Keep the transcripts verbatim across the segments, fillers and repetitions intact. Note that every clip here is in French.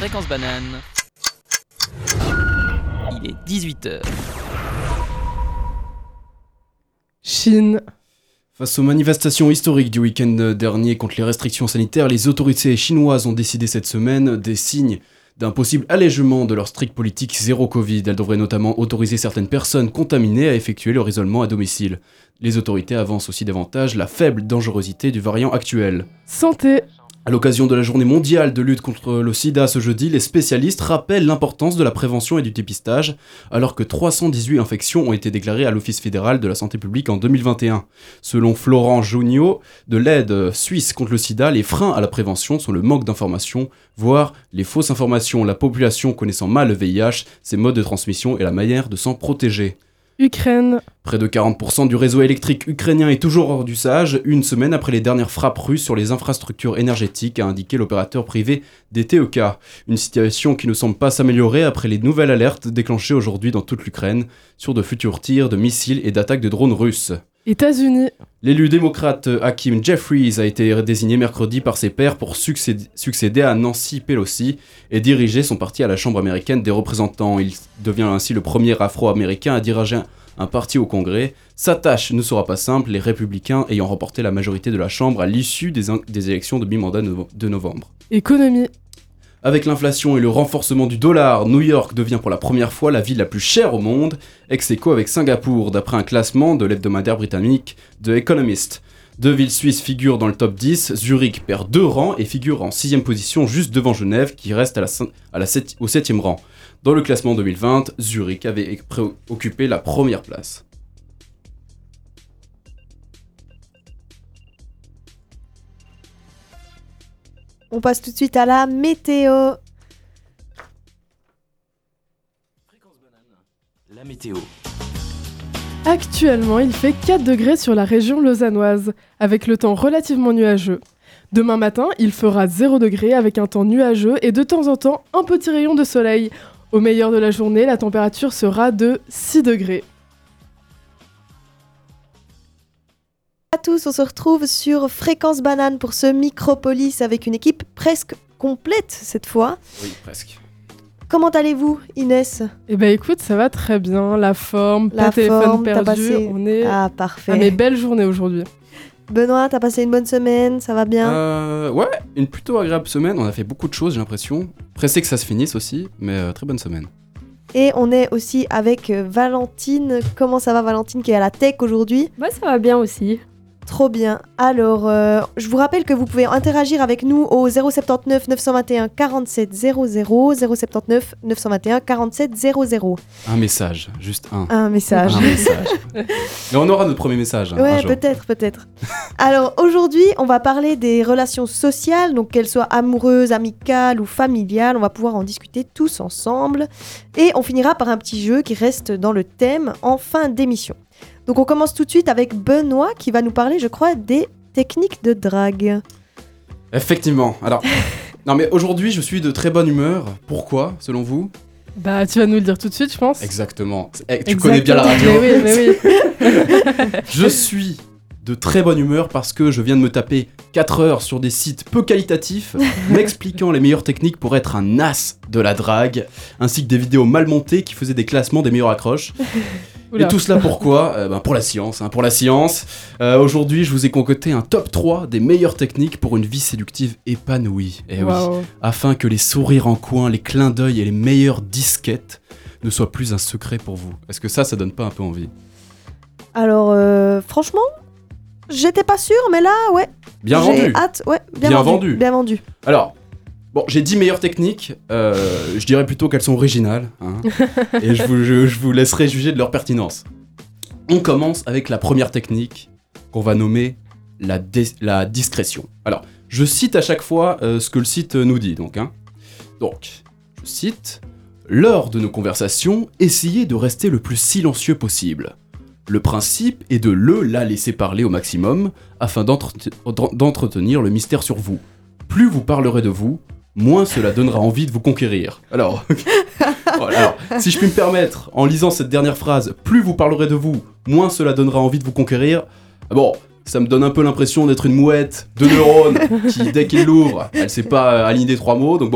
Fréquence banane. Il est dix-huit heures. Chine. Face aux manifestations historiques du week-end dernier contre les restrictions sanitaires, les autorités chinoises ont décidé cette semaine des signes d'un possible allègement de leur stricte politique zéro Covid. Elles devraient notamment autoriser certaines personnes contaminées à effectuer leur isolement à domicile. Les autorités avancent aussi davantage la faible dangerosité du variant actuel. Santé. À l'occasion de la journée mondiale de lutte contre le sida ce jeudi, les spécialistes rappellent l'importance de la prévention et du dépistage, alors que trois cent dix-huit infections ont été déclarées à l'Office fédéral de la santé publique en deux mille vingt et un. Selon Florent Junio, de l'aide suisse contre le sida, les freins à la prévention sont le manque d'informations, voire les fausses informations, la population connaissant mal le V I H, ses modes de transmission et la manière de s'en protéger. Ukraine. Près de quarante pour cent du réseau électrique ukrainien est toujours hors d'usage, une semaine après les dernières frappes russes sur les infrastructures énergétiques, a indiqué l'opérateur privé D T E K. Une situation qui ne semble pas s'améliorer après les nouvelles alertes déclenchées aujourd'hui dans toute l'Ukraine sur de futurs tirs de missiles et d'attaques de drones russes. États-Unis. L'élu démocrate Hakeem Jeffries a été désigné mercredi par ses pairs pour succéder, succéder à Nancy Pelosi et diriger son parti à la Chambre américaine des représentants. Il devient ainsi le premier afro-américain à diriger un, un parti au Congrès. Sa tâche ne sera pas simple, les républicains ayant remporté la majorité de la Chambre à l'issue des, in- des élections de mi-mandat no- de novembre. Économie. Avec l'inflation et le renforcement du dollar, New York devient pour la première fois la ville la plus chère au monde, ex aequo avec Singapour, d'après un classement de l'hebdomadaire britannique The Economist. Deux villes suisses figurent dans le top dix, Zurich perd deux rangs et figure en sixième position juste devant Genève qui reste à la, à la sept, au septième rang. Dans le classement deux mille vingt, Zurich avait occupé la première place. On passe tout de suite à la météo. La météo. Actuellement, il fait quatre degrés sur la région lausannoise, avec le temps relativement nuageux. Demain matin, il fera zéro degré avec un temps nuageux et de temps en temps un petit rayon de soleil. Au meilleur de la journée, la température sera de six degrés. À tous, on se retrouve sur Fréquence Banane pour ce Micropolis avec une équipe presque complète cette fois. Oui, presque. Comment allez-vous, Inès ? Eh ben écoute, ça va très bien, la forme, La pas de téléphone forme, t'as perdu, passé- on est Ah, à parfait. mes belles journées aujourd'hui. Benoît, t'as passé une bonne semaine, ça va bien ? Euh, ouais, une plutôt agréable semaine, on a fait beaucoup de choses j'ai l'impression. Pressé que ça se finisse aussi, mais euh, très bonne semaine. Et on est aussi avec euh, Valentine. Comment ça va, Valentine, qui est à la tech aujourd'hui ? Moi, ça va bien aussi. Trop bien. Alors, euh, je vous rappelle que vous pouvez interagir avec nous au zéro sept neuf neuf deux un quarante-sept zéro zéro, zéro sept neuf neuf deux un quarante-sept zéro zéro. Un message, juste un. Un message. Un message. Mais on aura notre premier message. hein, un Ouais, jour. peut-être, peut-être. Alors, aujourd'hui, on va parler des relations sociales, donc qu'elles soient amoureuses, amicales ou familiales. On va pouvoir en discuter tous ensemble. Et on finira par un petit jeu qui reste dans le thème en fin d'émission. Donc, on commence tout de suite avec Benoît qui va nous parler, je crois, des techniques de drague. Effectivement. Alors, non mais aujourd'hui je suis de très bonne humeur. Pourquoi, selon vous ? Bah tu vas nous le dire tout de suite, je pense. Exactement. Eh, tu Exactement. connais bien la radio. Mais oui, mais oui. Je suis de très bonne humeur parce que je viens de me taper quatre heures sur des sites peu qualitatifs m'expliquant les meilleures techniques pour être un as de la drague, ainsi que des vidéos mal montées qui faisaient des classements des meilleures accroches. Oula. Et tout cela pourquoi euh, ben Pour la science, hein, pour la science. Euh, aujourd'hui, je vous ai concocté un top trois des meilleures techniques pour une vie séductive épanouie. Eh oui, Waouh. afin que les sourires en coin, les clins d'œil et les meilleures disquettes ne soient plus un secret pour vous. Est-ce que ça, ça donne pas un peu envie ? Alors, euh, franchement, j'étais pas sûre, mais là, ouais. Bien J'ai vendu. hâte, ouais. Bien, Bien vendu. vendu. Bien vendu. Alors, bon, j'ai dix meilleures techniques. Euh, je dirais plutôt qu'elles sont originales. Hein, et je vous, je, je vous laisserai juger de leur pertinence. On commence avec la première technique qu'on va nommer la, dis- la discrétion. Alors, je cite à chaque fois euh, ce que le site nous dit. Donc, hein. donc, je cite « Lors de nos conversations, essayez de rester le plus silencieux possible. Le principe est de le la laisser parler au maximum afin d'entre- d'entretenir le mystère sur vous. Plus vous parlerez de vous, moins cela donnera envie de vous conquérir. » Alors, voilà, alors, si je puis me permettre, en lisant cette dernière phrase, plus vous parlerez de vous, moins cela donnera envie de vous conquérir. Bon, ça me donne un peu l'impression d'être une mouette de neurones qui, dès qu'il l'ouvre, elle sait pas aligner trois mots. Donc bon,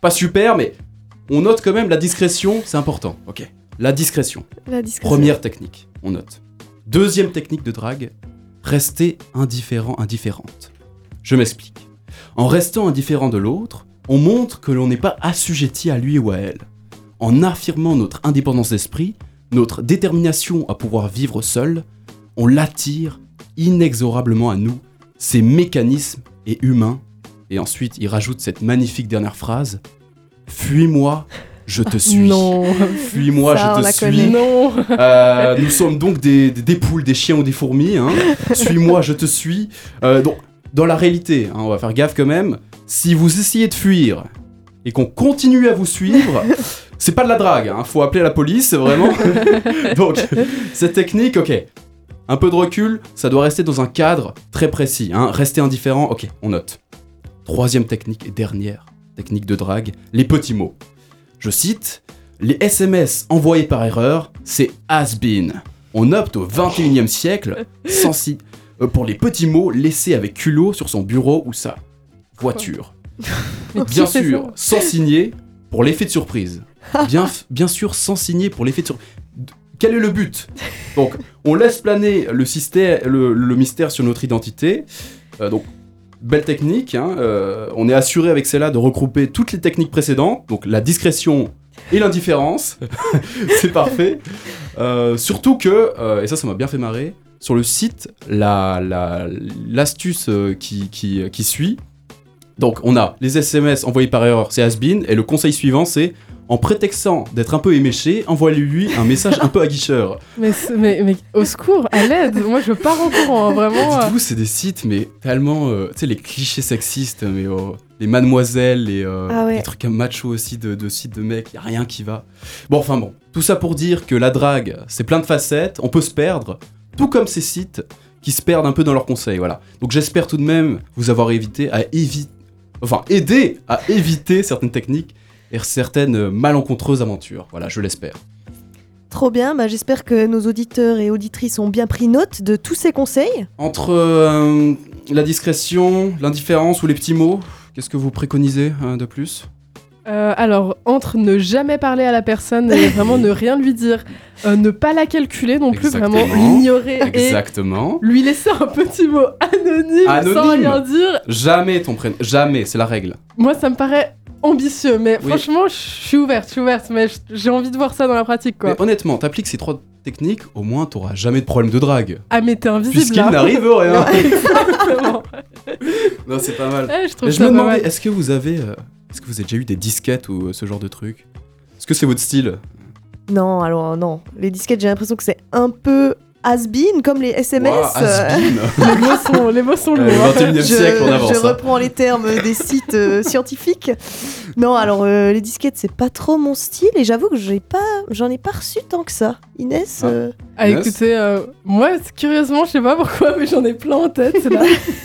pas super, mais on note quand même la discrétion, c'est important. Ok, la discrétion. La discrétion. Première technique, on note. Deuxième technique de drague, rester indifférent, indifférente. Je m'explique. En restant indifférent de l'autre, on montre que l'on n'est pas assujetti à lui ou à elle. En affirmant notre indépendance d'esprit, notre détermination à pouvoir vivre seul, on l'attire inexorablement à nous. Ces mécanismes est humain. Et ensuite, il rajoute cette magnifique dernière phrase. Fuis-moi, je te suis. Non. Fuis-moi, Ça, on je la te suis. connaît. Non. Euh, nous sommes donc des, des, des poules, des chiens ou des fourmis. Hein. Suis-moi, je te suis. Euh, donc, dans la réalité, hein, on va faire gaffe quand même. Si vous essayez de fuir et qu'on continue à vous suivre, c'est pas de la drague. Hein. Faut appeler la police, vraiment. Donc, cette technique, ok. Un peu de recul, ça doit rester dans un cadre très précis. Hein. Rester indifférent, ok, on note. Troisième technique et dernière technique de drague, les petits mots. Je cite, les S M S envoyés par erreur, c'est has-been. On opte au vingt et unième siècle sans si, euh, pour les petits mots laissés avec culot sur son bureau ou sa voiture. Mais Bien qui fait sûr, ça sans signer pour l'effet de surprise. Bien, bien sûr, sans signer pour l'effet de surprise. Quel est le but? Donc, on laisse planer le, système, le, le mystère sur notre identité. Euh, donc, belle technique. Hein, euh, on est assuré avec celle-là de regrouper toutes les techniques précédentes. Donc, la discrétion et l'indifférence. C'est parfait. Euh, surtout que, euh, et ça, ça m'a bien fait marrer, sur le site, la, la, l'astuce euh, qui, qui, qui suit. Donc, on a les S M S envoyés par erreur, c'est has-been. Et le conseil suivant, c'est en prétextant d'être un peu éméché, envoie-lui un message un peu aguicheur. mais, c'est- mais, mais au secours, à l'aide. Moi, je pars en courant, hein, vraiment. euh. Dites-vous, c'est des sites, mais tellement, euh, tu sais, les clichés sexistes, mais oh, les mademoiselles, les, euh, Ah ouais. les trucs macho aussi de, de sites de mecs, y a rien qui va. Bon, enfin bon, tout ça pour dire que la drague, c'est plein de facettes, on peut se perdre, tout comme ces sites qui se perdent un peu dans leurs conseils, voilà. Donc j'espère tout de même vous avoir évité à éviter, enfin, aider à éviter certaines techniques et certaines malencontreuses aventures. Voilà, je l'espère. Trop bien, bah, j'espère que nos auditeurs et auditrices ont bien pris note de tous ces conseils. Entre euh, la discrétion, l'indifférence ou les petits mots, qu'est-ce que vous préconisez hein, de plus? Euh, alors, entre ne jamais parler à la personne et vraiment ne rien lui dire, euh, ne pas la calculer non plus, Exactement. vraiment l'ignorer Exactement. et lui laisser un petit mot anonyme, Anonyme. sans rien dire. Jamais ton prénom, jamais, c'est la règle. Moi, ça me paraît ambitieux, mais Oui. franchement, je suis ouverte, je suis ouverte, mais je- j'ai envie de voir ça dans la pratique, quoi. Mais honnêtement, t'appliques ces trois techniques, au moins t'auras jamais de problème de drague. Ah, mais t'es invisible, Puisqu'il là. n'arrive rien. Exactement. Non, c'est pas mal. Ouais, je trouve Mais je ça me pas demandais, mal. est-ce que vous avez, euh, est-ce que vous avez déjà eu des disquettes ou euh, ce genre de truc? Est-ce que c'est votre style? Non, alors non. Les disquettes, j'ai l'impression que c'est un peu has-been, comme les S M S. Ouah, euh, has-been. Les mots sont, les mots sont lourds. Ouais, hein. vingt et unième je, siècle, on avance. je hein. reprends les termes des sites euh, scientifiques. Non, alors euh, les disquettes, c'est pas trop mon style et j'avoue que j'ai pas, j'en ai pas reçu tant que ça. Inès, Ah. euh, Ah, Yes. écoutez, euh, moi, c- curieusement, je sais pas pourquoi, mais j'en ai plein en tête, là.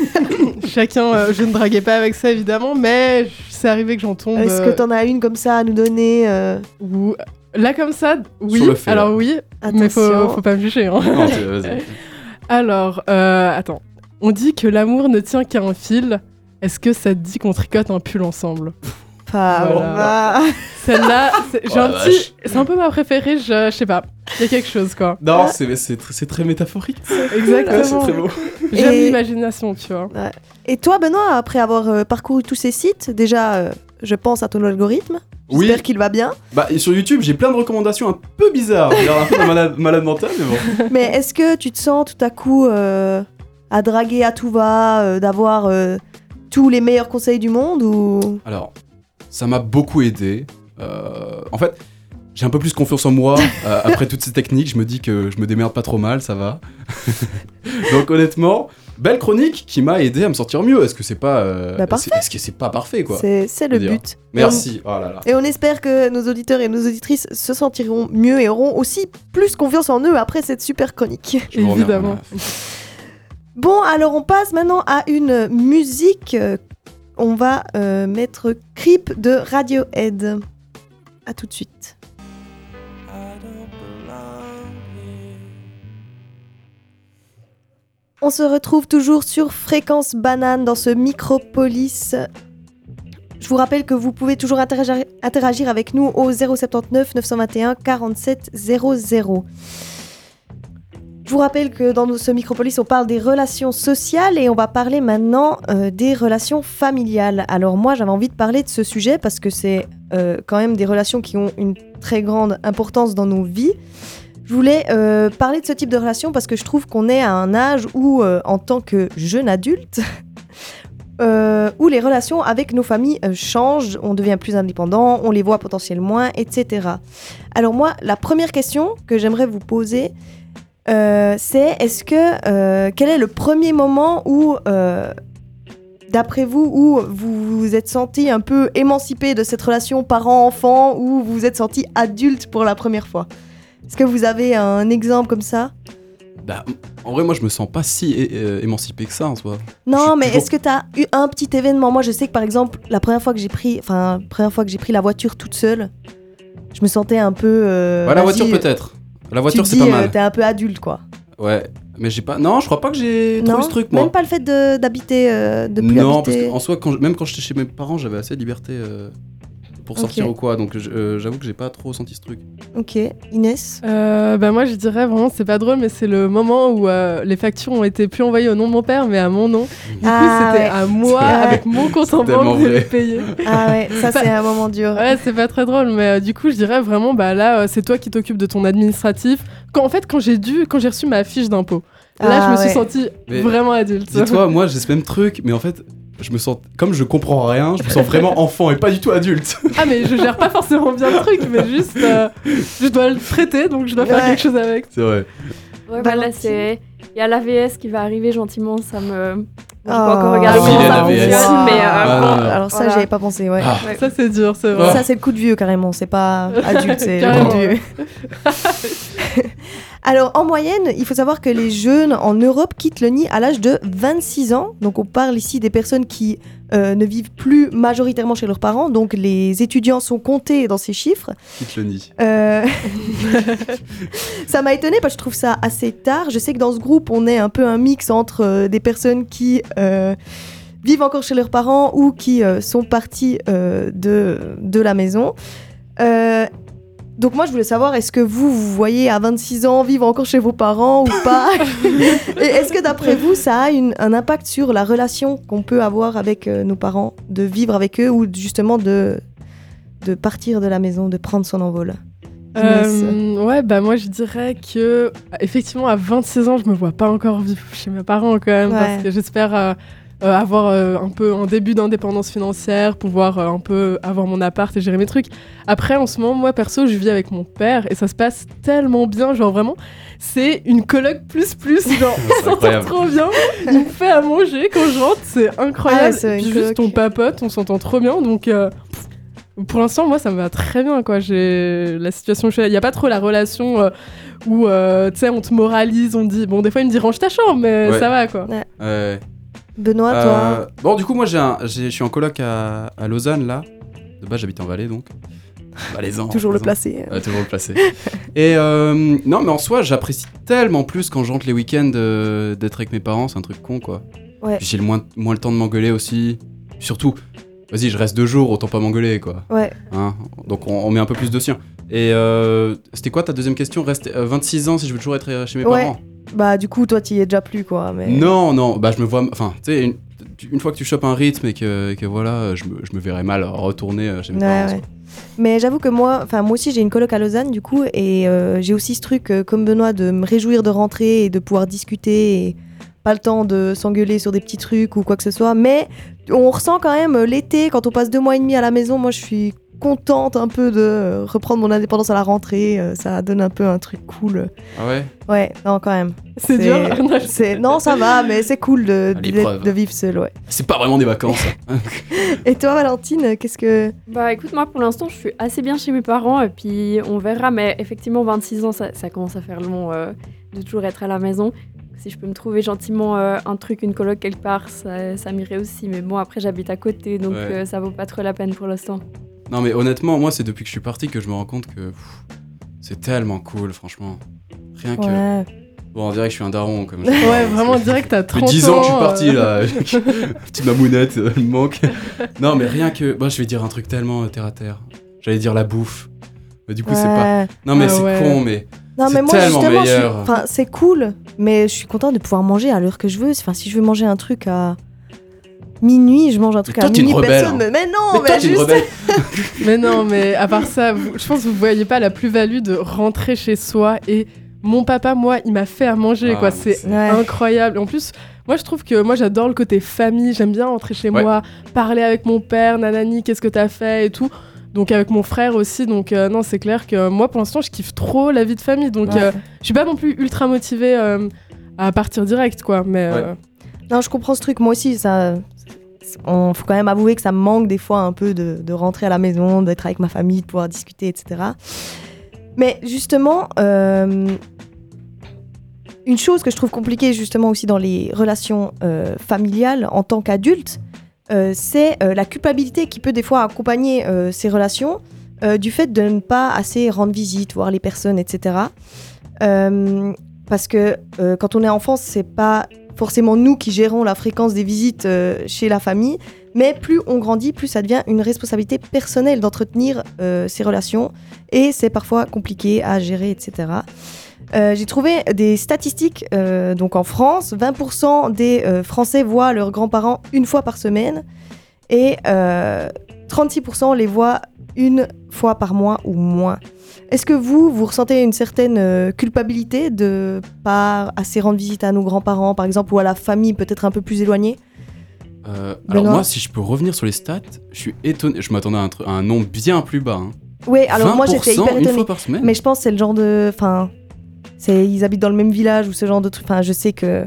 Chacun, euh, je ne draguais pas avec ça, évidemment, mais c'est arrivé que j'en tombe. est-ce que t'en as une comme ça à nous donner euh, ou... Là, comme ça, oui. Sur le fait, Alors, là. oui, mais faut, Attention. faut pas me juger. Hein. Non, c'est- vas-y. Alors, euh, attends. On dit que l'amour ne tient qu'à un fil. Est-ce que ça te dit qu'on tricote un pull ensemble? Pas. Voilà. bah, Celle-là, c'est j'ai Oh un la petit... vache. C'est un peu ma préférée, je, je sais pas. Il y a quelque chose, quoi. Non, c'est, c'est, tr- c'est très métaphorique. Exactement. Ouais, c'est très beau. J'aime Et- l'imagination, tu vois. Et toi, Benoît, après avoir euh, parcouru tous ces sites, déjà, euh, je pense à ton algorithme. Oui. J'espère qu'il va bien. Bah, et sur YouTube, j'ai plein de recommandations un peu bizarres. J'ai l'air un peu d'un malade, malade mental, mais bon. Mais est-ce que tu te sens tout à coup euh, à draguer à tout va, euh, d'avoir euh, tous les meilleurs conseils du monde ou Alors, ça m'a beaucoup aidé. Euh, en fait, j'ai un peu plus confiance en moi. Euh, après toutes ces techniques, je me dis que je me démerde pas trop mal, ça va. Donc honnêtement, belle chronique qui m'a aidé à me sentir mieux. Est-ce que c'est pas... euh, Bah, parfait. est-ce, est-ce que c'est pas parfait, quoi? c'est c'est le Je veux dire. but. Merci. Oh là là. Et on espère que nos auditeurs et nos auditrices se sentiront mieux et auront aussi plus confiance en eux après cette super chronique. Je vous Évidemment. Bon, alors on passe maintenant à une musique. Euh, On va euh, mettre Creep de Radiohead. À tout de suite. On se retrouve toujours sur Fréquence Banane dans ce Micropolis. je vous rappelle que vous pouvez toujours interagir, interagir avec nous au zéro soixante-neuf neuf cent vingt et un quarante-sept zéro zéro. Je vous rappelle que dans ce Micropolis, on parle des relations sociales et on va parler maintenant euh, des relations familiales. Alors moi, j'avais envie de parler de ce sujet parce que c'est euh, quand même des relations qui ont une très grande importance dans nos vies. Je voulais euh, parler de ce type de relation parce que je trouve qu'on est à un âge où, euh, en tant que jeune adulte, euh, où les relations avec nos familles euh, changent, on devient plus indépendant, on les voit potentiellement moins, et cetera. Alors moi, la première question que j'aimerais vous poser, Euh, c'est est-ce que euh, quel est le premier moment où, euh, d'après vous, où vous vous êtes senti un peu émancipé de cette relation parent-enfant, où vous vous êtes senti adulte pour la première fois? Est-ce que vous avez un exemple comme ça? Bah, en vrai, moi, je me sens pas si é- é- émancipé que ça, en soi. Non, mais toujours... est-ce que tu as eu un petit événement? Moi, je sais que par exemple, la première fois que j'ai pris, enfin, première fois que j'ai pris la voiture toute seule, je me sentais un peu. Euh, ouais, la voiture vas-y, peut-être. La tu voiture, te c'est dis, pas euh, mal. T'es un peu adulte, quoi. Ouais, mais j'ai pas. Non, je crois pas que j'ai trop Non, eu ce truc, moi. même pas le fait de, d'habiter, euh, de plus non, habiter. parce qu'en soi, quand je- même quand j'étais chez mes parents, j'avais assez de liberté euh, pour sortir Ok. ou quoi. Donc, je- euh, j'avoue que j'ai pas trop senti ce truc. Ok, Inès. Euh, bah moi je dirais vraiment c'est pas drôle mais c'est le moment où euh, les factures ont été plus envoyées au nom de mon père mais à mon nom. Du coup Ah, c'était ouais. à moi C'est vrai. avec mon compte en C'est tellement banque de vrai. les payer. Ah ouais, ça c'est un moment dur. Ouais c'est pas très drôle mais euh, du coup je dirais vraiment bah là euh, c'est toi qui t'occupes de ton administratif. Quand en fait quand j'ai dû quand j'ai reçu ma fiche d'impôt là Ah, je me suis ouais. sentie Mais vraiment adulte. Dis-toi, moi, j'ai ce même truc, mais en fait, je me sens. Comme je comprends rien, je me sens vraiment enfant et pas du tout adulte. Ah mais je gère pas forcément bien le truc mais juste euh, je dois le traiter donc je dois faire Ouais. quelque chose avec. C'est vrai. Ouais, bah là, Valentine. c'est. Il y a l'A V S qui va arriver gentiment, ça me. Bon, j'ai Oh. pas encore regardé Ah, comment vilaine ça A V S. fonctionne, mais. euh, Ah, bon, non, non. Alors ça voilà. j'y avais pas pensé, ouais. Ah. Ouais. Ça c'est dur c'est vrai. Ah. Ça c'est le coup de vieux carrément, c'est pas adulte, c'est le Carrément, coup de vieux. Alors en moyenne, il faut savoir que les jeunes en Europe quittent le nid à l'âge de vingt-six ans. Donc on parle ici des personnes qui euh, ne vivent plus majoritairement chez leurs parents. Donc les étudiants sont comptés dans ces chiffres. Quitte le nid. Euh, ça m'a étonnée parce que je trouve ça assez tard. Je sais que dans ce groupe, on est un peu un mix entre euh, des personnes qui euh, vivent encore chez leurs parents ou qui euh, sont parties euh, de, de la maison. Euh, donc moi, je voulais savoir, est-ce que vous, vous voyez à vingt-six ans vivre encore chez vos parents ou pas? Et est-ce que d'après vous, ça a une- un impact sur la relation qu'on peut avoir avec euh, nos parents, de vivre avec eux ou justement de, de partir de la maison, de prendre son envol? Inès. Euh, ouais, bah moi je dirais que effectivement à vingt-six ans, je me vois pas encore vivre chez mes parents quand même Ouais. parce que j'espère euh, euh, avoir euh, un peu un début d'indépendance financière, pouvoir euh, un peu avoir mon appart et gérer mes trucs. Après en ce moment, moi perso, je vis avec mon père et ça se passe tellement bien, genre vraiment, c'est une coloc plus plus, genre C'est on s'entend incroyable. trop bien. Il me fait à manger quand je rentre, c'est incroyable. Ah ouais, c'est et puis une juste coloc. on papote, on s'entend trop bien donc. euh, Pour l'instant, moi, ça me va très bien, quoi. J'ai la situation, il y a pas trop la relation euh, où, euh, tu sais, on te moralise, on te dit, bon, des fois, il me dit range ta chambre, mais Ouais. ça va, quoi. Ouais. Benoît, toi. Euh, bon, du coup, moi, j'ai un- j'ai- je suis en coloc à, à Lausanne, là. De base, j'habite en Valais, donc. Valaisan. Toujours le Valaisan. placer. Ouais, toujours le placé. Et euh, non, mais en soi, j'apprécie tellement plus quand je rentre les week-ends euh, d'être avec mes parents, c'est un truc con, quoi. Ouais. Puis j'ai le moins, moins le temps de m'engueuler aussi. Surtout, vas-y, je reste deux jours, autant pas m'engueuler, quoi. Ouais. Hein, donc on, on met un peu plus de sien. Et euh, c'était quoi ta deuxième question? Rester euh, vingt-six ans si je veux toujours être euh, chez mes Ouais. parents? Bah, du coup, toi, t'y es déjà plus, quoi. Mais... Non, non, bah je me vois. Enfin, tu sais, une, tu- une fois que tu chopes un rythme et que, que voilà, je me, je me verrais mal retourner euh, chez mes Ouais, parents. ouais. quoi. Mais j'avoue que moi, enfin moi aussi j'ai une coloc à Lausanne du coup et euh, j'ai aussi ce truc euh, comme Benoît de me réjouir de rentrer et de pouvoir discuter et pas le temps de s'engueuler sur des petits trucs ou quoi que ce soit. Mais on ressent quand même euh, l'été quand on passe deux mois et demi à la maison. Moi je suis contente un peu de euh, reprendre mon indépendance à la rentrée. euh, ça donne un peu un truc cool. Ah ouais? Ouais, non quand même. C'est dur. Non, je- c'est... Non ça va, mais c'est cool de, À de, l'épreuve. de vivre seul, ouais. C'est pas vraiment des vacances. hein. Et toi Valentine, qu'est-ce que... Bah écoute, moi pour l'instant, je suis assez bien chez mes parents et puis on verra. Mais effectivement, vingt-six ans, ça, ça commence à faire long euh, de toujours être à la maison. Si je peux me trouver gentiment euh, un truc, une coloc quelque part, ça, ça m'irait aussi. Mais bon, après, j'habite à côté, donc Ouais. euh, ça vaut pas trop la peine pour l'instant. Non, mais honnêtement, moi, c'est depuis que je suis parti que je me rends compte que pff, c'est tellement cool, franchement. Rien que. Ouais. Bon, on dirait que je suis un daron, comme je Ouais, vraiment, direct, t'as Ça fait trente ans. dix ans que je suis parti, euh, là. Petite mamounette, euh, il me manque. Non, mais rien que... Bon, je vais dire un truc tellement euh, terre à terre. J'allais dire la bouffe. Mais du coup, c'est pas... Ouais. Non, mais Ah c'est ouais. con, mais... Non, C'est mais moi, tellement justement, je suis- meilleur. enfin, c'est cool, mais je suis contente de pouvoir manger à l'heure que je veux. Enfin, si je veux manger un truc à minuit, je mange un truc Mais toi, à t'es une minuit. rebelle, Personne hein. me... Mais non, Mais mais, toi, t'es une juste... rebelle. Mais non, mais à part ça, vous- je pense que vous voyez pas la plus-value de rentrer chez soi et mon papa, moi, il m'a fait à manger, Ah, quoi. mais C'est c'est- Ouais. incroyable. En plus, moi, je trouve que moi, j'adore le côté famille. J'aime bien rentrer chez Ouais. moi, parler avec mon père, nanani, qu'est-ce que t'as fait et tout. Donc avec mon frère aussi. Donc euh, non, c'est clair que moi, pour l'instant, je kiffe trop la vie de famille. Donc Ouais. euh, je suis pas non plus ultra motivée euh, à partir direct, quoi. Mais euh, Non, je comprends ce truc. Moi aussi, ça... On faut quand même avouer que ça me manque des fois un peu de, de rentrer à la maison, d'être avec ma famille, de pouvoir discuter, et cetera. Mais justement, euh, une chose que je trouve compliquée justement aussi dans les relations euh, familiales en tant qu'adulte, euh, c'est euh, la culpabilité qui peut des fois accompagner euh, ces relations euh, du fait de ne pas assez rendre visite, voir les personnes, et cetera. Euh, parce que euh, quand on est enfant, c'est pas forcément nous qui gérons la fréquence des visites euh, chez la famille, mais plus on grandit, plus ça devient une responsabilité personnelle d'entretenir euh, ces relations, et c'est parfois compliqué à gérer, et cetera. Euh, j'ai trouvé des statistiques, euh, donc en France, vingt pour cent des euh, Français voient leurs grands-parents une fois par semaine, et euh, trente-six pour cent les voient une fois par mois ou moins. Est-ce que vous, vous ressentez une certaine euh, culpabilité de pas assez rendre visite à nos grands-parents, par exemple, ou à la famille peut-être un peu plus éloignée ? Euh, alors Benoît moi, si je peux revenir sur les stats, je suis étonné. Je m'attendais à un, tr- à un nombre bien plus bas. Hein. Oui, alors moi j'étais vingt pour cent hyper une étonnée. fois par semaine. Mais je pense que c'est le genre de... Enfin, c'est... ils habitent dans le même village ou ce genre de truc. Enfin, je sais que...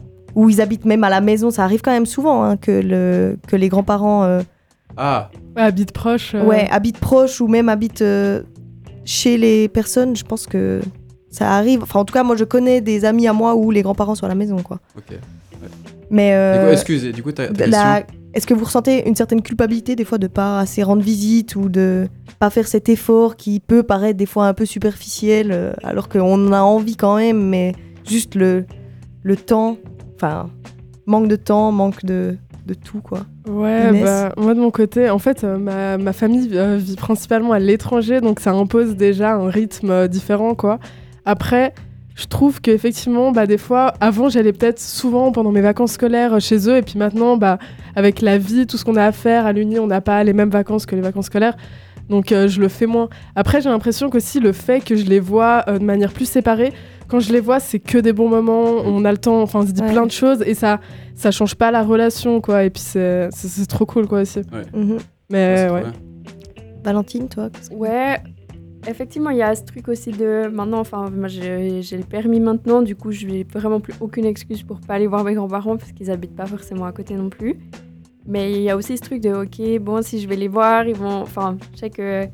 Ou ils habitent même à la maison. Ça arrive quand même souvent hein, que, le... que les grands-parents euh, Ah, ouais, habite proche. euh, ouais, habitent proches ou même habitent euh, chez les personnes. Je pense que ça arrive. Enfin, en tout cas, moi je connais des amis à moi où les grands-parents sont à la maison, quoi. ok. Mais... Du coup, euh, excusez, du coup, ta, ta la- question. Est-ce que vous ressentez une certaine culpabilité des fois de pas assez rendre visite ou de pas faire cet effort qui peut paraître des fois un peu superficiel euh, alors qu'on a envie quand même, mais juste le, le temps, enfin, manque de temps, manque de, de tout, quoi. Ouais, Inès. bah, moi de mon côté, en fait, euh, ma, ma famille euh, vit principalement à l'étranger, donc ça impose déjà un rythme euh, différent, quoi. Après, je trouve qu'effectivement, bah, des fois, avant, j'allais peut-être souvent pendant mes vacances scolaires euh, chez eux, et puis maintenant, bah, avec la vie, tout ce qu'on a à faire à l'Uni, on n'a pas les mêmes vacances que les vacances scolaires, donc euh, je le fais moins. Après, j'ai l'impression qu'aussi le fait que je les vois euh, de manière plus séparée, quand je les vois, c'est que des bons moments, on a le temps, enfin, on se dit Ouais. plein de choses, et ça, ça change pas la relation, quoi, et puis c'est, c'est, c'est trop cool, quoi, aussi. Mhm. Mais c'est trop ouais. bien. Valentine, toi qu'est-ce que- Ouais, effectivement, il y a ce truc aussi de maintenant, enfin, moi j'ai j'ai le permis maintenant, du coup, je n'ai vraiment plus aucune excuse pour pas aller voir mes grands-parents parce qu'ils habitent pas forcément à côté non plus. Mais il y a aussi ce truc de, ok, bon, si je vais les voir, ils vont, enfin, je sais que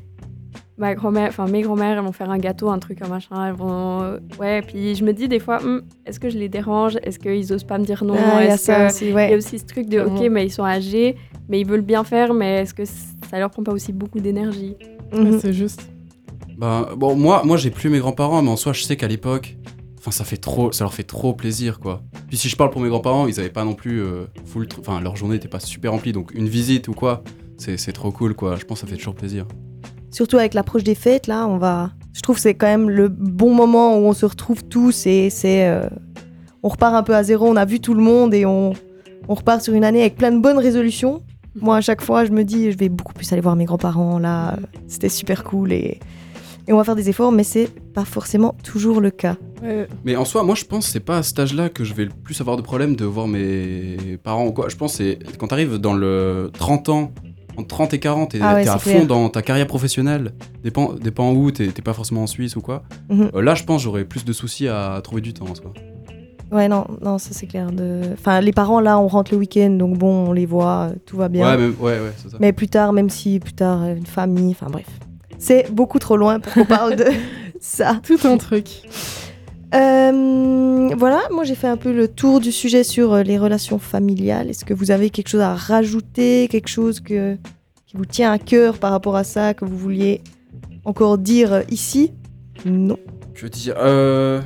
ma grand-mère, enfin, mes grands-mères, elles vont faire un gâteau, un truc, un machin, elles vont, euh, ouais, puis je me dis des fois, Hum, est-ce que je les dérange, est-ce qu'ils osent pas me dire non, Ah, il y a est-ce ça que- aussi, il y a ouais. aussi ce truc de, ok, Clairement. mais ils sont âgés, mais ils veulent bien faire, mais est-ce que ça leur prend pas aussi beaucoup d'énergie? Ouais, Mhm. c'est juste. Bah, bon, moi, moi j'ai plus mes grands-parents, mais en soi, je sais qu'à l'époque, enfin, ça fait trop, ça leur fait trop plaisir, quoi. Puis si je parle pour mes grands-parents, ils avaient pas non plus euh, full, tr- enfin, leur journée était pas super remplie, donc une visite ou quoi, c'est, c'est trop cool, quoi. Je pense que ça fait toujours plaisir. Surtout avec l'approche des fêtes, là, on va. Je trouve que c'est quand même le bon moment où on se retrouve tous et c'est. euh, On repart un peu à zéro, on a vu tout le monde et on, on repart sur une année avec plein de bonnes résolutions. Moi, à chaque fois, je me dis, je vais beaucoup plus aller voir mes grands-parents, là, euh, c'était super cool et, et on va faire des efforts, mais c'est pas forcément toujours le cas. Ouais. Mais en soi, moi, je pense que c'est pas à cet âge-là que je vais le plus avoir de problème de voir mes parents ou quoi. Je pense que c'est quand t'arrives dans le trente ans, entre trente et quarante, et Ah ouais, t'es à c'est fond clair. dans ta carrière professionnelle, dépend, dépend où, t'es, t'es pas forcément en Suisse ou quoi. Mhm. Euh, là, je pense que j'aurais plus de soucis à trouver du temps, en soi. Ouais, non, non, ça c'est clair. De... Enfin, les parents, là, on rentre le week-end, donc bon, on les voit, euh, tout va bien. Ouais, mais, ouais, ouais, c'est ça. Mais plus tard, même si plus tard, euh, une famille, enfin bref. C'est beaucoup trop loin pour qu'on parle de ça. Tout un truc. Euh, voilà, moi j'ai fait un peu le tour du sujet sur euh, les relations familiales. Est-ce que vous avez quelque chose à rajouter, quelque chose que, qui vous tient à cœur par rapport à ça, que vous vouliez encore dire euh, ici ? Non. Je veux dire, euh...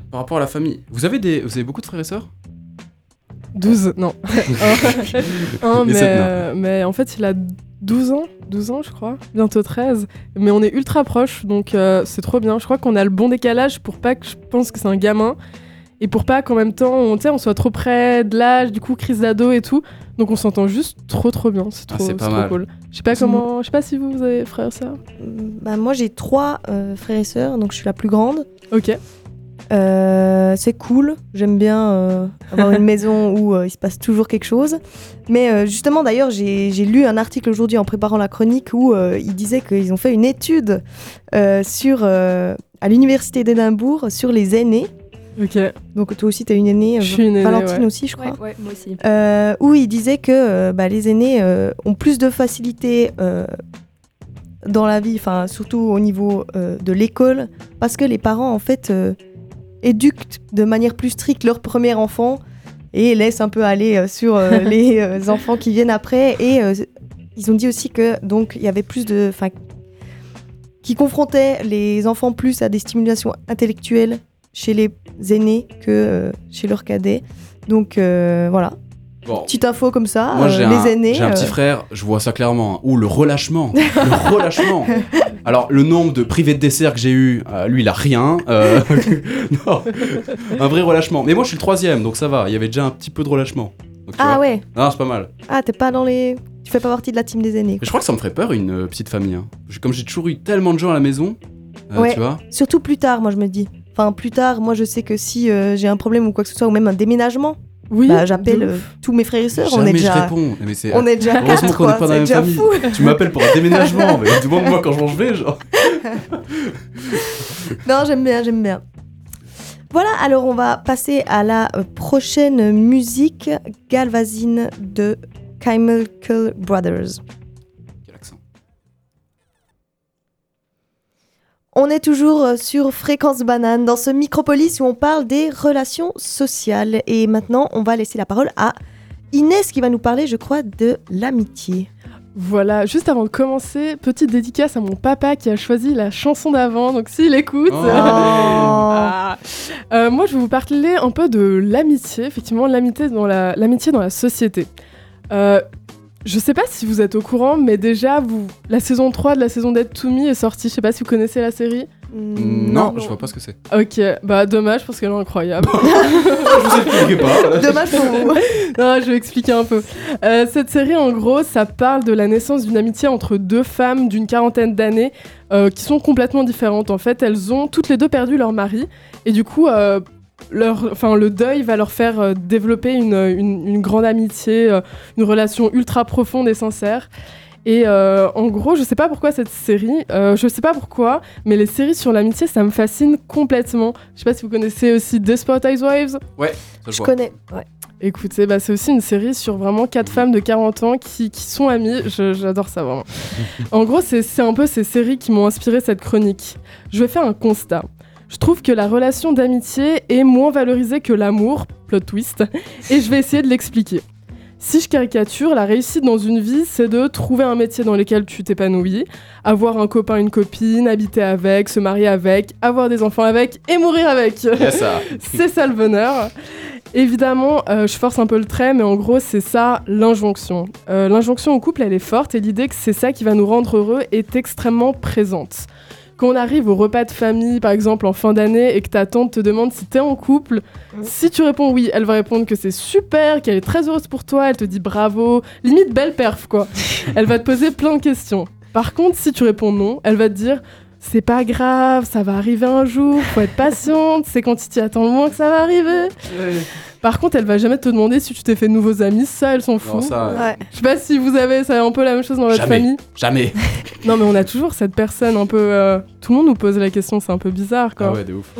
par rapport à la famille. Vous avez, des... vous avez beaucoup de frères et sœurs ? douze, non. Un, Les mais, sept, non. euh, mais en fait, il a douze ans, douze ans, je crois, bientôt treize. Mais on est ultra proches, donc euh, c'est trop bien. Je crois qu'on a le bon décalage pour pas que je pense que c'est un gamin. Et pour pas qu'en même temps, on, tu sais, on soit trop près de l'âge, du coup, crise d'ado et tout. Donc on s'entend juste trop trop bien, c'est Ah, trop, c'est c'est pas trop mal. cool. Je sais pas comment, je sais pas si vous, vous avez frères et sœurs. Bah, moi, j'ai trois euh, frères et sœurs, donc je suis la plus grande. Ok. Euh, c'est cool, j'aime bien euh, avoir une maison où euh, il se passe toujours quelque chose. Mais euh, justement, d'ailleurs, j'ai, j'ai lu un article aujourd'hui en préparant la chronique où euh, il disait qu'ils ont fait une étude euh, sur, euh, à l'université d'Édimbourg sur les aînés. Ok. Donc toi aussi, tu as une aînée, euh, Je suis une aînée, Valentine ouais. aussi, je crois. Ouais, ouais, moi aussi. Euh, où il disait que euh, bah, les aînés euh, ont plus de facilité euh, dans la vie, enfin surtout au niveau euh, de l'école, parce que les parents en fait euh, éduquent de manière plus stricte leur premier enfant et laissent un peu aller euh, sur euh, les euh, enfants qui viennent après. Et euh, ils ont dit aussi que donc il y avait plus de, enfin, qui confrontaient les enfants plus à des stimulations intellectuelles chez les aînés que euh, chez leurs cadets. Donc euh, voilà. Bon. Petite info comme ça, Moi, euh, j'ai, les un, aînés. j'ai un petit euh, frère, je vois ça clairement. hein. Ouh, le relâchement. Le relâchement. Alors, le nombre de privés de dessert que j'ai eu, euh, lui, il a rien. Euh, non, un vrai relâchement. Mais moi, je suis le troisième, donc ça va. Il y avait déjà un petit peu de relâchement. Donc, tu Ah vois. ouais. Non, c'est pas mal. Ah, t'es pas dans les. Tu fais pas partie de la team des aînés. Mais je crois que ça me ferait peur, une euh, petite famille. hein. J'ai- Comme j'ai toujours eu tellement de gens à la maison, euh, Ouais. tu vois. Surtout plus tard, moi je me dis. Enfin, plus tard, moi je sais que si euh, j'ai un problème ou quoi que ce soit, ou même un déménagement, Oui. bah, j'appelle de euh, ouf. tous mes frères et sœurs. Jamais On est je déjà. réponds. Mais c'est... On est déjà Heureusement quatre, qu'on n'est quoi. pas dans la C'est même déjà famille. fou. Tu m'appelles pour un déménagement, mais demande-moi quand je vais, genre. Non, j'aime bien, j'aime bien. Voilà, alors on va passer à la euh, prochaine musique, Galvazine de Chemical Brothers. Quel accent. On est toujours euh, sur Fréquence Banane, dans ce Micropolis où on parle des relations sociales. Et maintenant, on va laisser la parole à Inès qui va nous parler, je crois, de l'amitié. Voilà, juste avant de commencer, petite dédicace à mon papa qui a choisi la chanson d'avant, donc s'il écoute. Oh. Ah. Euh, moi, je vais vous parler un peu de l'amitié, effectivement, l'amitié dans la, l'amitié dans la société. Euh, je sais pas si vous êtes au courant, mais déjà, vous, la saison trois de la saison Dead to Me est sortie, je sais pas si vous connaissez la série. Mm, Non, je vois pas ce que c'est. Ok, bah dommage parce qu'elle est incroyable. Je vous expliquerai pas. voilà. Dommage pour vous. Non, je vais expliquer un peu. Euh, cette série, en gros, ça parle de la naissance d'une amitié entre deux femmes d'une quarantaine d'années euh, qui sont complètement différentes. En fait, elles ont toutes les deux perdu leur mari et du coup, euh, leur, enfin, le deuil va leur faire euh, développer une, une, une grande amitié, euh, une relation ultra profonde et sincère. Et euh, en gros, je sais pas pourquoi cette série, euh, je sais pas pourquoi, mais les séries sur l'amitié, ça me fascine complètement. Je sais pas si vous connaissez aussi Desperate Housewives. Ça, je Je vois. connais. Ouais. Écoutez, bah, c'est aussi une série sur vraiment quatre femmes de quarante ans qui, qui sont amies. Je- j'adore ça vraiment. En gros, c'est, c'est un peu ces séries qui m'ont inspiré cette chronique. Je vais faire un constat. Je trouve que la relation d'amitié est moins valorisée que l'amour, plot twist, et je vais essayer de l'expliquer. Si je caricature, la réussite dans une vie, c'est de trouver un métier dans lequel tu t'épanouis, avoir un copain, une copine, habiter avec, se marier avec, avoir des enfants avec et mourir avec. Yes, ça. C'est ça le bonheur. Évidemment, euh, je force un peu le trait, mais en gros, c'est ça l'injonction. Euh, l'injonction au couple, elle est forte et l'idée que c'est ça qui va nous rendre heureux est extrêmement présente. Quand on arrive au repas de famille, par exemple, en fin d'année, et que ta tante te demande si t'es en couple, Mmh. si tu réponds oui, elle va répondre que c'est super, qu'elle est très heureuse pour toi, elle te dit bravo, limite belle perf, quoi. Elle va te poser plein de questions. Par contre, si tu réponds non, elle va te dire c'est pas grave, ça va arriver un jour, faut être patiente, c'est quand tu t'y attends le moins que ça va arriver. Par contre, elle va jamais te demander si tu t'es fait de nouveaux amis, ça, elle s'en Non, fout. ça. Ouais. Je sais pas si vous avez, ça un peu la même chose dans votre Jamais. famille. Jamais. Non, mais on a toujours cette personne un peu. euh, Tout le monde nous pose la question, c'est un peu bizarre, quoi. Ah ouais, de ouf.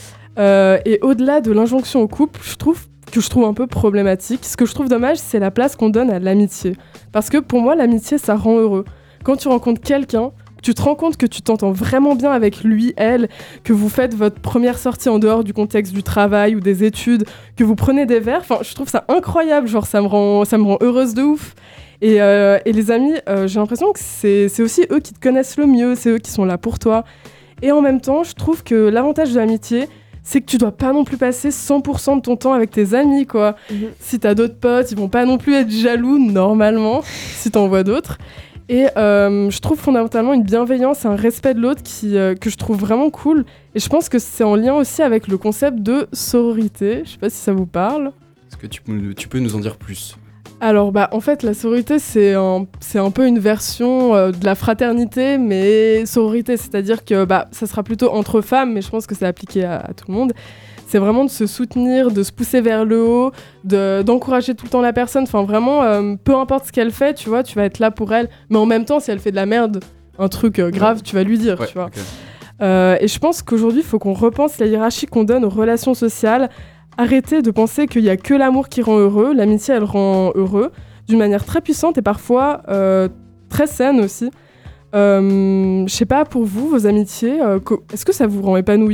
Euh, et au-delà de l'injonction au couple, je trouve que je trouve un peu problématique. Ce que je trouve dommage, c'est la place qu'on donne à l'amitié. Parce que pour moi, l'amitié, ça rend heureux. Quand tu rencontres quelqu'un, tu te rends compte que tu t'entends vraiment bien avec lui, elle, que vous faites votre première sortie en dehors du contexte du travail ou des études, que vous prenez des verres, enfin, je trouve ça incroyable, genre ça me rend, ça me rend heureuse de ouf. Et, euh, et les amis, euh, j'ai l'impression que c'est, c'est aussi eux qui te connaissent le mieux, c'est eux qui sont là pour toi. Et en même temps, je trouve que l'avantage de l'amitié, c'est que tu dois pas non plus passer cent pour cent de ton temps avec tes amis, quoi. Mhm. Si t'as d'autres potes, ils vont pas non plus être jaloux, normalement, si t'en vois d'autres. Et euh, je trouve fondamentalement une bienveillance et un respect de l'autre qui, euh, que je trouve vraiment cool. Et je pense que c'est en lien aussi avec le concept de sororité. Je sais pas si ça vous parle. Est-ce que tu peux, tu peux nous en dire plus ? Alors, bah, en fait, la sororité, c'est un, c'est un peu une version euh, de la fraternité, mais sororité, c'est-à-dire que bah, ça sera plutôt entre femmes, mais je pense que c'est appliqué à, à tout le monde. C'est vraiment de se soutenir, de se pousser vers le haut, de, d'encourager tout le temps la personne. Enfin, vraiment, euh, peu importe ce qu'elle fait, tu vois, tu vas être là pour elle. Mais en même temps, si elle fait de la merde, un truc euh, grave, tu vas lui dire, Ouais, tu vois. ok. Euh, et je pense qu'aujourd'hui, il faut qu'on repense la hiérarchie qu'on donne aux relations sociales. Arrêter de penser qu'il n'y a que l'amour qui rend heureux. L'amitié, elle rend heureux d'une manière très puissante et parfois euh, très saine aussi. Euh, je sais pas, pour vous, vos amitiés, euh, co- est-ce que ça vous rend épanoui ?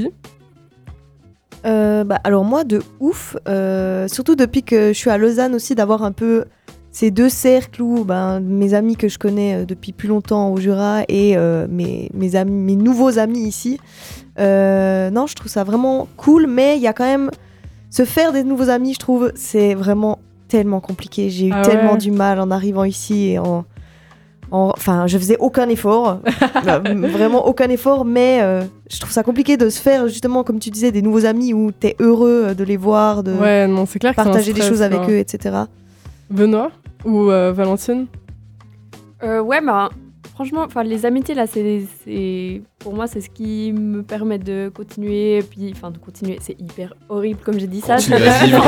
Euh, bah, alors moi, de ouf, euh, surtout depuis que je suis à Lausanne aussi, d'avoir un peu ces deux cercles où ben, mes amis que je connais euh, depuis plus longtemps au Jura et euh, mes, mes, amis, mes nouveaux amis ici. Euh, non, je trouve ça vraiment cool, mais il y a quand même... Se faire des nouveaux amis, je trouve, c'est vraiment tellement compliqué. J'ai eu Ah tellement ouais. du mal en arrivant ici et en... en- Enfin, je faisais aucun effort, Euh, vraiment aucun effort, mais euh, je trouve ça compliqué de se faire, justement, comme tu disais, des nouveaux amis où t'es heureux de les voir, de Ouais, non, c'est clair que partager c'est un des stress, choses avec quoi. eux, et cetera. Benoît ou euh, Valentine ? Euh, ouais, bah, franchement, enfin, les amitiés, là, c'est, c'est, pour moi, c'est ce qui me permet de continuer. Et puis, enfin, de continuer, c'est hyper horrible, comme j'ai dit ça. Continuez à vivre.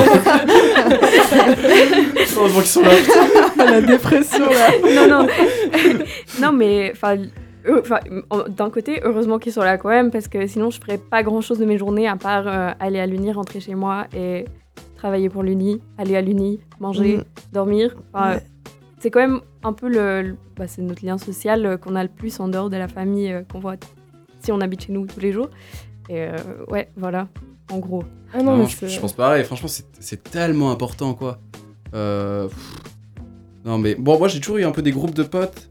Heureusement qu'ils sont là. La dépression, là. non, non. non, mais, enfin, eux- enfin, en- d'un côté, heureusement qu'ils sont là quand même, parce que sinon, je ferais pas grand-chose de mes journées, à part euh, aller à l'Uni, rentrer chez moi et travailler pour l'Uni, aller à l'Uni, manger, Mhm. dormir. Enfin, Ouais. c'est quand même un peu le, le- bah, c'est notre lien social euh, qu'on a le plus en dehors de la famille euh, qu'on voit si on habite chez nous tous les jours. Et euh, ouais, voilà, en gros. Ah non, Non, mais je, c'est... je pense pareil, franchement, c'est, c'est tellement important, quoi. Euh, pff. Non, mais bon, moi j'ai toujours eu un peu des groupes de potes.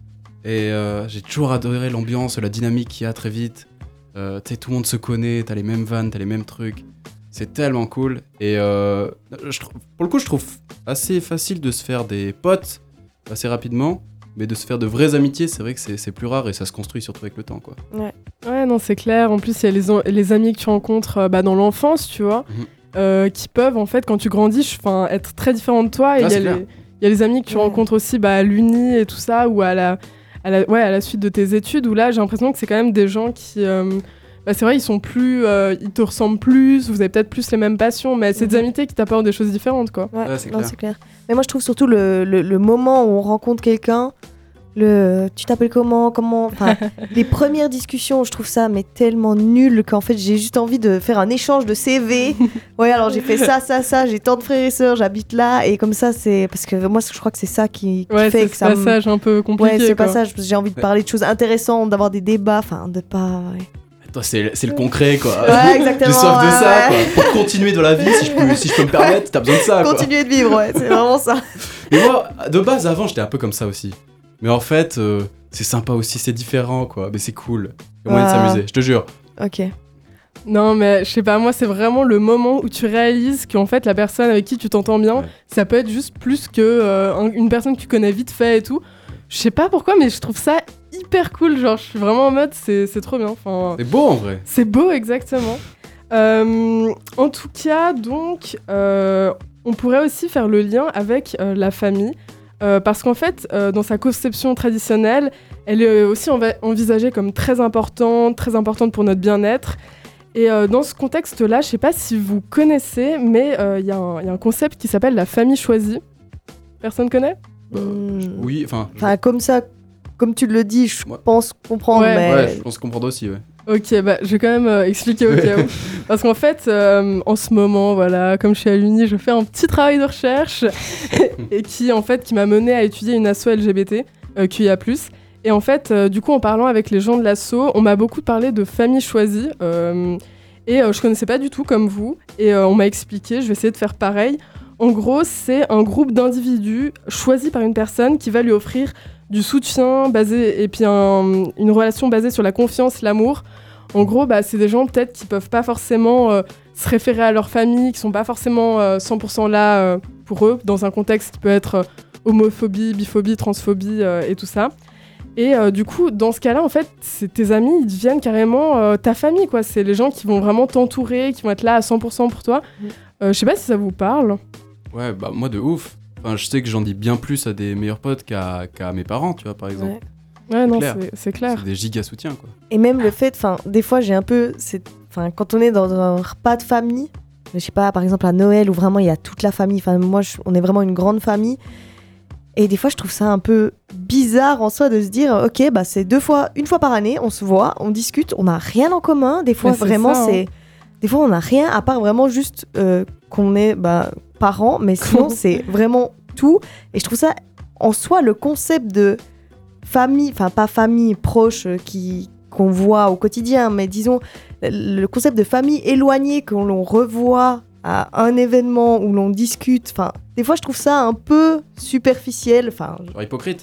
Et euh, j'ai toujours adoré l'ambiance, la dynamique qu'il y a très vite. Euh, tu sais, tout le monde se connaît, t'as les mêmes vannes, t'as les mêmes trucs. C'est tellement cool. Et euh, je trouve- pour le coup, je trouve assez facile de se faire des potes assez rapidement. Mais de se faire de vraies amitiés, c'est vrai que c'est, c'est plus rare et ça se construit surtout avec le temps, quoi. Ouais, non, c'est clair. En plus, il y a les, en- les amis que tu rencontres euh, bah, dans l'enfance, tu vois, Mhm. euh, qui peuvent, en fait, quand tu grandis, ch- 'fin, être très différents de toi. Et Ah, il y a c'est clair. les- il y a les amis que tu Ouais. rencontres aussi bah, à l'Uni et tout ça, ou à la, à, la, ouais, à la suite de tes études, où là, j'ai l'impression que c'est quand même des gens qui... euh, bah, c'est vrai, ils sont plus... euh, ils te ressemblent plus, vous avez peut-être plus les mêmes passions, mais c'est des Mhm. amitiés qui t'apportent des choses différentes, quoi. Ouais, Ouais, c'est non, clair. c'est clair. Mais moi, je trouve surtout le, le, le moment où on rencontre quelqu'un, le tu t'appelles comment, comment, enfin, les premières discussions, je trouve ça mais tellement nul qu'en fait j'ai juste envie de faire un échange de C V. Ouais, alors j'ai fait ça, ça, ça, j'ai tant de frères et sœurs, j'habite là, et comme ça c'est parce que moi je crois que c'est ça qui, qui Ouais, fait c'est que ce ça me- passage un peu compliqué, Ouais, ce quoi. passage, parce que j'ai envie de Ouais. parler de choses intéressantes, d'avoir des débats, enfin de pas. Ouais, Toi, c'est, c'est le concret, quoi. Ouais, exactement. J'ai soif de ouais, ça, ouais. quoi. Pour continuer dans la vie, si je peux, si je peux me permettre, t'as besoin de ça, quoi. Continuer de vivre, ouais, c'est vraiment ça. Mais moi, de base, avant, j'étais un peu comme ça aussi. Mais en fait, euh, c'est sympa aussi, c'est différent, quoi. Mais c'est cool. Il y a moyen de Ouais. s'amuser, je te jure. Ok. Non, mais je sais pas, moi, c'est vraiment le moment où tu réalises qu'en fait, la personne avec qui tu t'entends bien, Ouais. ça peut être juste plus que euh, un- une personne que tu connais vite fait et tout. Je sais pas pourquoi, mais je trouve ça hyper cool. Genre, je suis vraiment en mode, c'est c'est trop bien. Enfin, C'est beau, en vrai. c'est beau, exactement. Euh, en tout cas, donc, euh, on pourrait aussi faire le lien avec euh, la famille. Euh, parce qu'en fait, euh, dans sa conception traditionnelle, elle est aussi enva- envisagée comme très importante, très importante pour notre bien-être. Et euh, dans ce contexte-là, je sais pas si vous connaissez, mais il y, y a un concept qui s'appelle la famille choisie. Personne connaît ? Bah, Hmm. je- Oui, enfin. je- Enfin, comme ça, comme tu le dis, je Ouais. pense comprendre, Ouais. mais. Ouais, je pense comprendre aussi, ouais. Ok, bah, je vais quand même euh, expliquer au cas où. Parce qu'en fait, euh, en ce moment, voilà, comme je suis à l'Uni, je fais un petit travail de recherche et qui, en fait, qui m'a mené à étudier une asso L G B T, euh, Q I A plus. Et en fait, euh, du coup, en parlant avec les gens de l'asso, on m'a beaucoup parlé de famille choisie. euh, et euh, je connaissais pas du tout comme vous. Et euh, on m'a expliqué, je vais essayer de faire pareil. En gros, c'est un groupe d'individus choisis par une personne qui va lui offrir du soutien basé et puis un- une relation basée sur la confiance, l'amour. En gros, bah, c'est des gens peut-être qui peuvent pas forcément euh, se référer à leur famille, qui sont pas forcément euh, cent pour cent là euh, pour eux, dans un contexte qui peut être euh, homophobie, biphobie, transphobie euh, et tout ça. Et euh, du coup, dans ce cas-là, en fait, c'est tes amis, ils deviennent carrément euh, ta famille, quoi. C'est les gens qui vont vraiment t'entourer, qui vont être là à cent pour cent pour toi. Mmh. Euh, je sais pas si ça vous parle. Ouais, bah moi de ouf. Enfin, je sais que j'en dis bien plus à des meilleurs potes qu'à, qu'à mes parents, tu vois, par exemple. Ouais. Ouais, non, clair. c'est, c'est clair. C'est des giga soutiens, quoi. Et même le fait, enfin, des fois j'ai un peu, enfin, quand on est dans un repas de famille, je sais pas, par exemple à Noël où vraiment il y a toute la famille. Enfin, moi, je, on est vraiment une grande famille. Et des fois, je trouve ça un peu bizarre en soi de se dire, ok, bah c'est deux fois, une fois par année, on se voit, on discute, on n'a rien en commun. Des fois, Mais c'est vraiment, ça, hein. c'est, des fois, on n'a rien à part vraiment juste euh, qu'on est bah, parents, mais sinon, c'est vraiment tout. Et je trouve ça, en soi, le concept de famille, enfin pas famille proche euh, qui qu'on voit au quotidien, mais disons le concept de famille éloignée que l'on revoit à un événement où l'on discute. Enfin, des fois, je trouve ça un peu superficiel. Enfin, Genre hypocrite.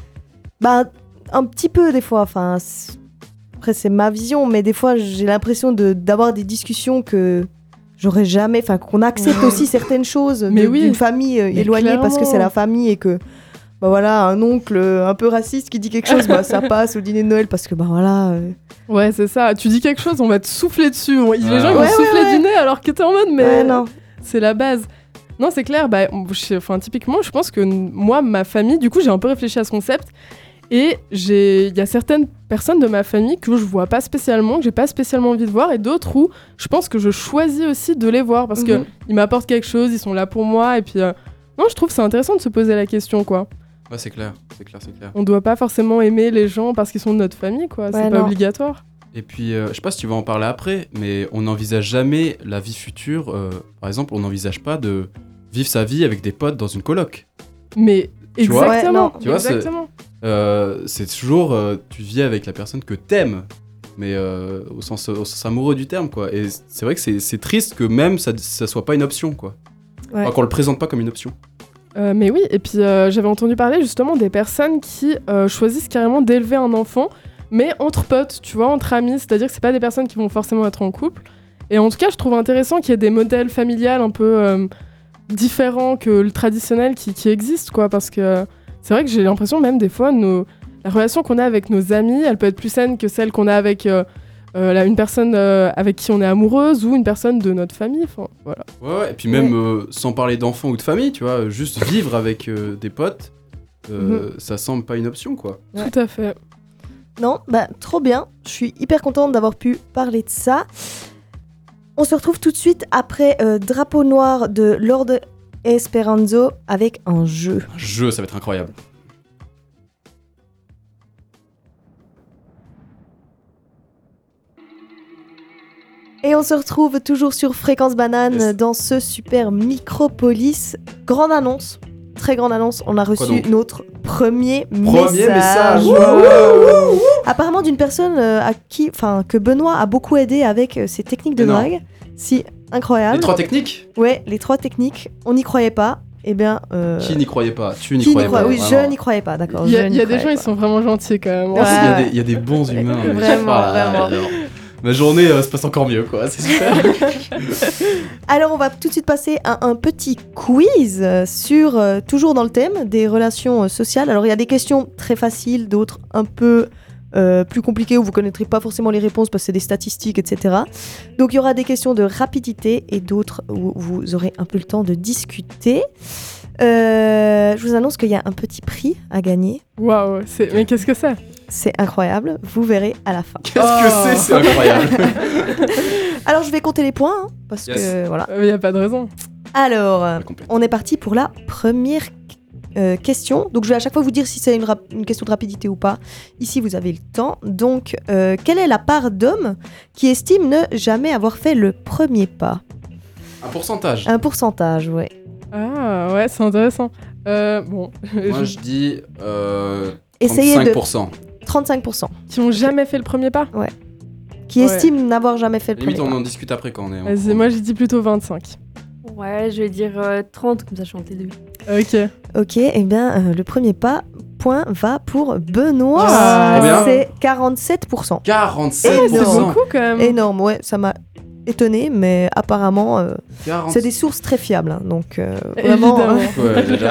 bah, un petit peu des fois. Enfin, c'est- après, c'est ma vision, mais des fois, j'ai l'impression de d'avoir des discussions que j'aurais jamais. Enfin, qu'on accepte Ouais. aussi certaines choses Mais de- oui. d'une famille euh, Mais éloignée parce que clairement. c'est la famille et que. Bah voilà, un oncle euh, un peu raciste qui dit quelque chose, bah ça passe au dîner de Noël parce que bah voilà. euh, Ouais, c'est ça. Tu dis quelque chose, on va te souffler dessus. On- Les Ouais. gens ils Ouais, vont ouais, souffler ouais. du nez alors que t'es en mode, mais Ouais, non. c'est la base. Non, c'est clair. Bah, je- enfin, typiquement, je pense que n- moi, ma famille, du coup, j'ai un peu réfléchi à ce concept. Et j'ai, il y a certaines personnes de ma famille que je vois pas spécialement, que j'ai pas spécialement envie de voir, et d'autres où je pense que je choisis aussi de les voir parce Mhm. que ils m'apportent quelque chose, ils sont là pour moi, et puis euh, non, je trouve que c'est intéressant de se poser la question, quoi. Ouais, c'est clair, c'est clair, c'est clair. On doit pas forcément aimer les gens parce qu'ils sont de notre famille, quoi. c'est Ouais, pas non. obligatoire. Et puis, euh, je sais pas si tu vas en parler après, mais on n'envisage jamais la vie future. euh, par exemple, on n'envisage pas de vivre sa vie avec des potes dans une coloc. Mais Tu vois exactement, Ouais, non. Tu vois, c'est- exactement. Euh, c'est toujours, euh, tu vis avec la personne que t'aimes, mais euh, au, sens, au sens amoureux du terme, quoi. Et c'est vrai que c'est, c'est triste que même ça, ça soit pas une option, quoi. Ouais. Enfin, qu'on le présente pas comme une option. Euh, mais oui, et puis euh, j'avais entendu parler justement des personnes qui euh, choisissent carrément d'élever un enfant, mais entre potes, tu vois, entre amis, c'est-à-dire que c'est pas des personnes qui vont forcément être en couple. Et en tout cas, je trouve intéressant qu'il y ait des modèles familiales un peu euh, différents que le traditionnel qui, qui existent, quoi, parce que c'est vrai que j'ai l'impression même des fois, nos, la relation qu'on a avec nos amis, elle peut être plus saine que celle qu'on a avec euh, euh, là, une personne euh, avec qui on est amoureuse ou une personne de notre famille, enfin, voilà. Ouais, ouais, et puis même euh, sans parler d'enfants ou de famille, tu vois, juste vivre avec euh, des potes, euh, ça semble pas une option, quoi. Ouais. Tout à fait. Non, bah trop bien. Je suis hyper contente d'avoir pu parler de ça. On se retrouve tout de suite après euh, Drapeau Noir de Lord Esperanzo avec un jeu. Un jeu, ça va être incroyable. Et on se retrouve toujours sur Fréquence Banane Yes. dans ce super Micropolis. Grande annonce, très grande annonce. On a reçu donc notre premier, Premier message. Wouhou. Apparemment d'une personne euh, à qui, enfin que Benoît a beaucoup aidé avec euh, ses techniques de Mais non. drague. Si, incroyable. Les trois techniques. Ouais, les trois techniques. On n'y croyait pas. Eh bien, euh, Qui n'y croyait pas? Tu n'y qui n'y croyais croyait pas. Oui, vraiment. je n'y croyais pas, d'accord. Il y a, je il n'y y a des gens, croyais ils sont vraiment gentils quand même. Ouais. Il y, a des, il y a des bons humains. mais- Vraiment, Ah, vraiment. non. Ma journée euh, se passe encore mieux, quoi. C'est super. Alors, on va tout de suite passer à un petit quiz euh, sur, euh, toujours dans le thème des relations euh, sociales. Alors, il y a des questions très faciles, d'autres un peu euh, plus compliquées où vous ne connaîtrez pas forcément les réponses parce que c'est des statistiques, et cetera. Donc, il y aura des questions de rapidité et d'autres où vous aurez un peu le temps de discuter. Euh, je vous annonce qu'il y a un petit prix à gagner. Waouh, c'est... mais qu'est-ce que c'est? C'est incroyable, vous verrez à la fin. Qu'est-ce Oh. que c'est? C'est incroyable. Alors, je vais compter les points, hein, parce Yes. que voilà. Il n'y a pas de raison. Alors, euh, Pas complet. on est parti pour la première euh, question. Donc, je vais à chaque fois vous dire si c'est une, rap- une question de rapidité ou pas. Ici, vous avez le temps. Donc, euh, quelle est la part d'hommes qui estiment ne jamais avoir fait le premier pas? Un pourcentage. Un pourcentage, ouais. Ah ouais, c'est intéressant. Euh, bon, Moi, je- je dis euh, Essayez trente-cinq de pour cent. trente-cinq pour cent qui ont jamais fait le premier pas. qui Ouais. estiment n'avoir jamais fait le Limite, premier on pas. en discute après quand on est en... Vas-y, moi j'ai dit plutôt vingt-cinq. Ouais, je vais dire euh, trente, comme ça je suis entre les deux. Ok. Ok, eh bien, euh, le premier pas point va pour Benoît. Ah, bien. C'est quarante-sept pour cent. quarante-sept C'est pour cent. beaucoup quand même. Énorme, ouais, ça m'a étonné, mais apparemment, euh, quarante. c'est des sources très fiables. hein, donc, euh, vraiment. Évidemment. Ouais, déjà.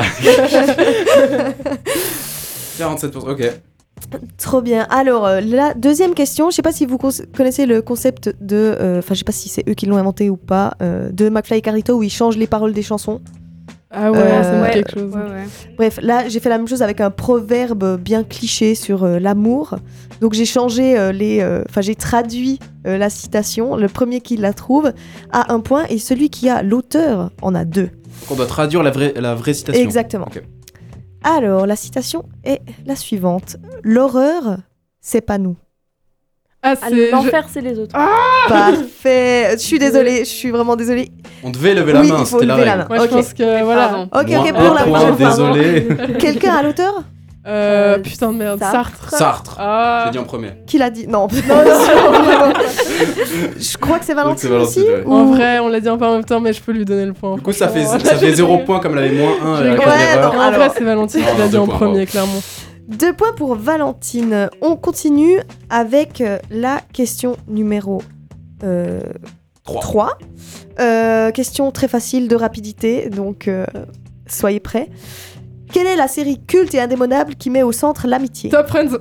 quarante-sept pour cent, ok. Trop bien. Alors, euh, la deuxième question, je sais pas si vous cons- connaissez le concept de. euh, Enfin, je sais pas si c'est eux qui l'ont inventé ou pas, euh, de McFly et Carlito où ils changent les paroles des chansons. Ah ouais, Euh, ça me dit ouais, quelque chose. Ouais, ouais. Bref, là, j'ai fait la même chose avec un proverbe bien cliché sur euh, l'amour. Donc, j'ai changé euh, les. euh, Enfin, j'ai traduit euh, la citation. Le premier qui la trouve a un point et celui qui a l'auteur en a deux. Donc on doit traduire la vraie, la vraie citation. Exactement. Ok. Alors, la citation est la suivante. L'horreur, c'est pas nous. Ah, Ah, c'est. L'enfer, c'est les autres. Parfait. Je suis désolée, je suis vraiment désolée. On devait lever la Oui, main, il faut c'était la lever la règle. main. Moi, Ok. je pense que. Voilà. Pardon. Ok, Moins ok, un pour la point, prochaine fois. désolé. Quelqu'un a l'auteur Euh, Euh, putain de merde. Sartre. Sartre. Sartre. Ah. J'ai dit en premier. Qui l'a dit? Non, non, non. Je crois que c'est Donc c'est Valentine Valentine, aussi. ouais. ou- En vrai, on l'a dit un peu en même temps, mais je peux lui donner le point. Du coup, ça fait, franchement. ça fait zéro point comme elle avait moins un Je avec rigole. une Ouais, erreur. non, En alors- vrai, c'est Valentine Non, qui l'a non, dit deux en points, premier, clairement. Deux points pour Valentine. On continue avec euh, la question numéro euh, Trois. trois. Euh, question très facile de rapidité, donc euh, soyez prêts. Quelle est la série culte et indémodable qui met au centre l'amitié? Top Friends.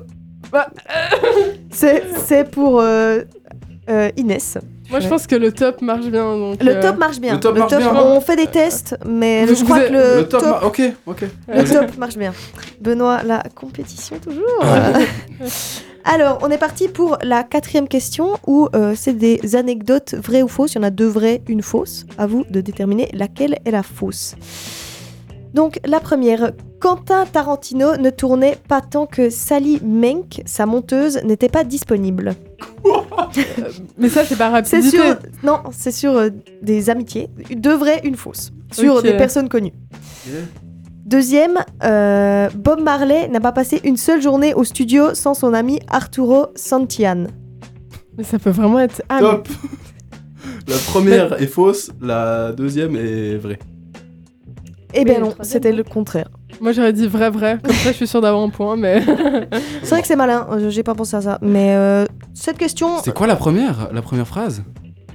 C'est c'est pour euh, euh, Inès. Moi, je Ouais. pense que le top marche bien. Donc, Le euh, top marche bien. Le top marche bien. On fait des tests, mais Vous- je crois vous que êtes- le, Le top, top, ma- ok, ok. le top marche bien. Benoît, la compétition toujours. Alors, on est parti pour la quatrième question où euh, c'est des anecdotes vraies ou fausses. Il y en a deux vraies, une fausse. À vous de déterminer laquelle est la fausse. Donc, la première. Quentin Tarantino ne tournait pas tant que Sally Menck, sa monteuse, n'était pas disponible. Mais ça, c'est par C'est rapidité. sur, non, c'est sur euh, des amitiés, deux vraies, une fausse, sur Ok. des personnes connues. Deuxième, euh, Bob Marley n'a pas passé une seule journée au studio sans son ami Arturo Santillan. Mais ça peut vraiment être. Ah, Top. La première est fausse, la deuxième est vraie. Eh bien le non, troisième, c'était non le contraire. mais- Moi, j'aurais dit vrai, vrai. Comme ça, je suis sûre d'avoir un point, mais. C'est vrai que c'est malin, euh, j'ai pas pensé à ça. Mais euh, cette question, C'est quoi la première La première phrase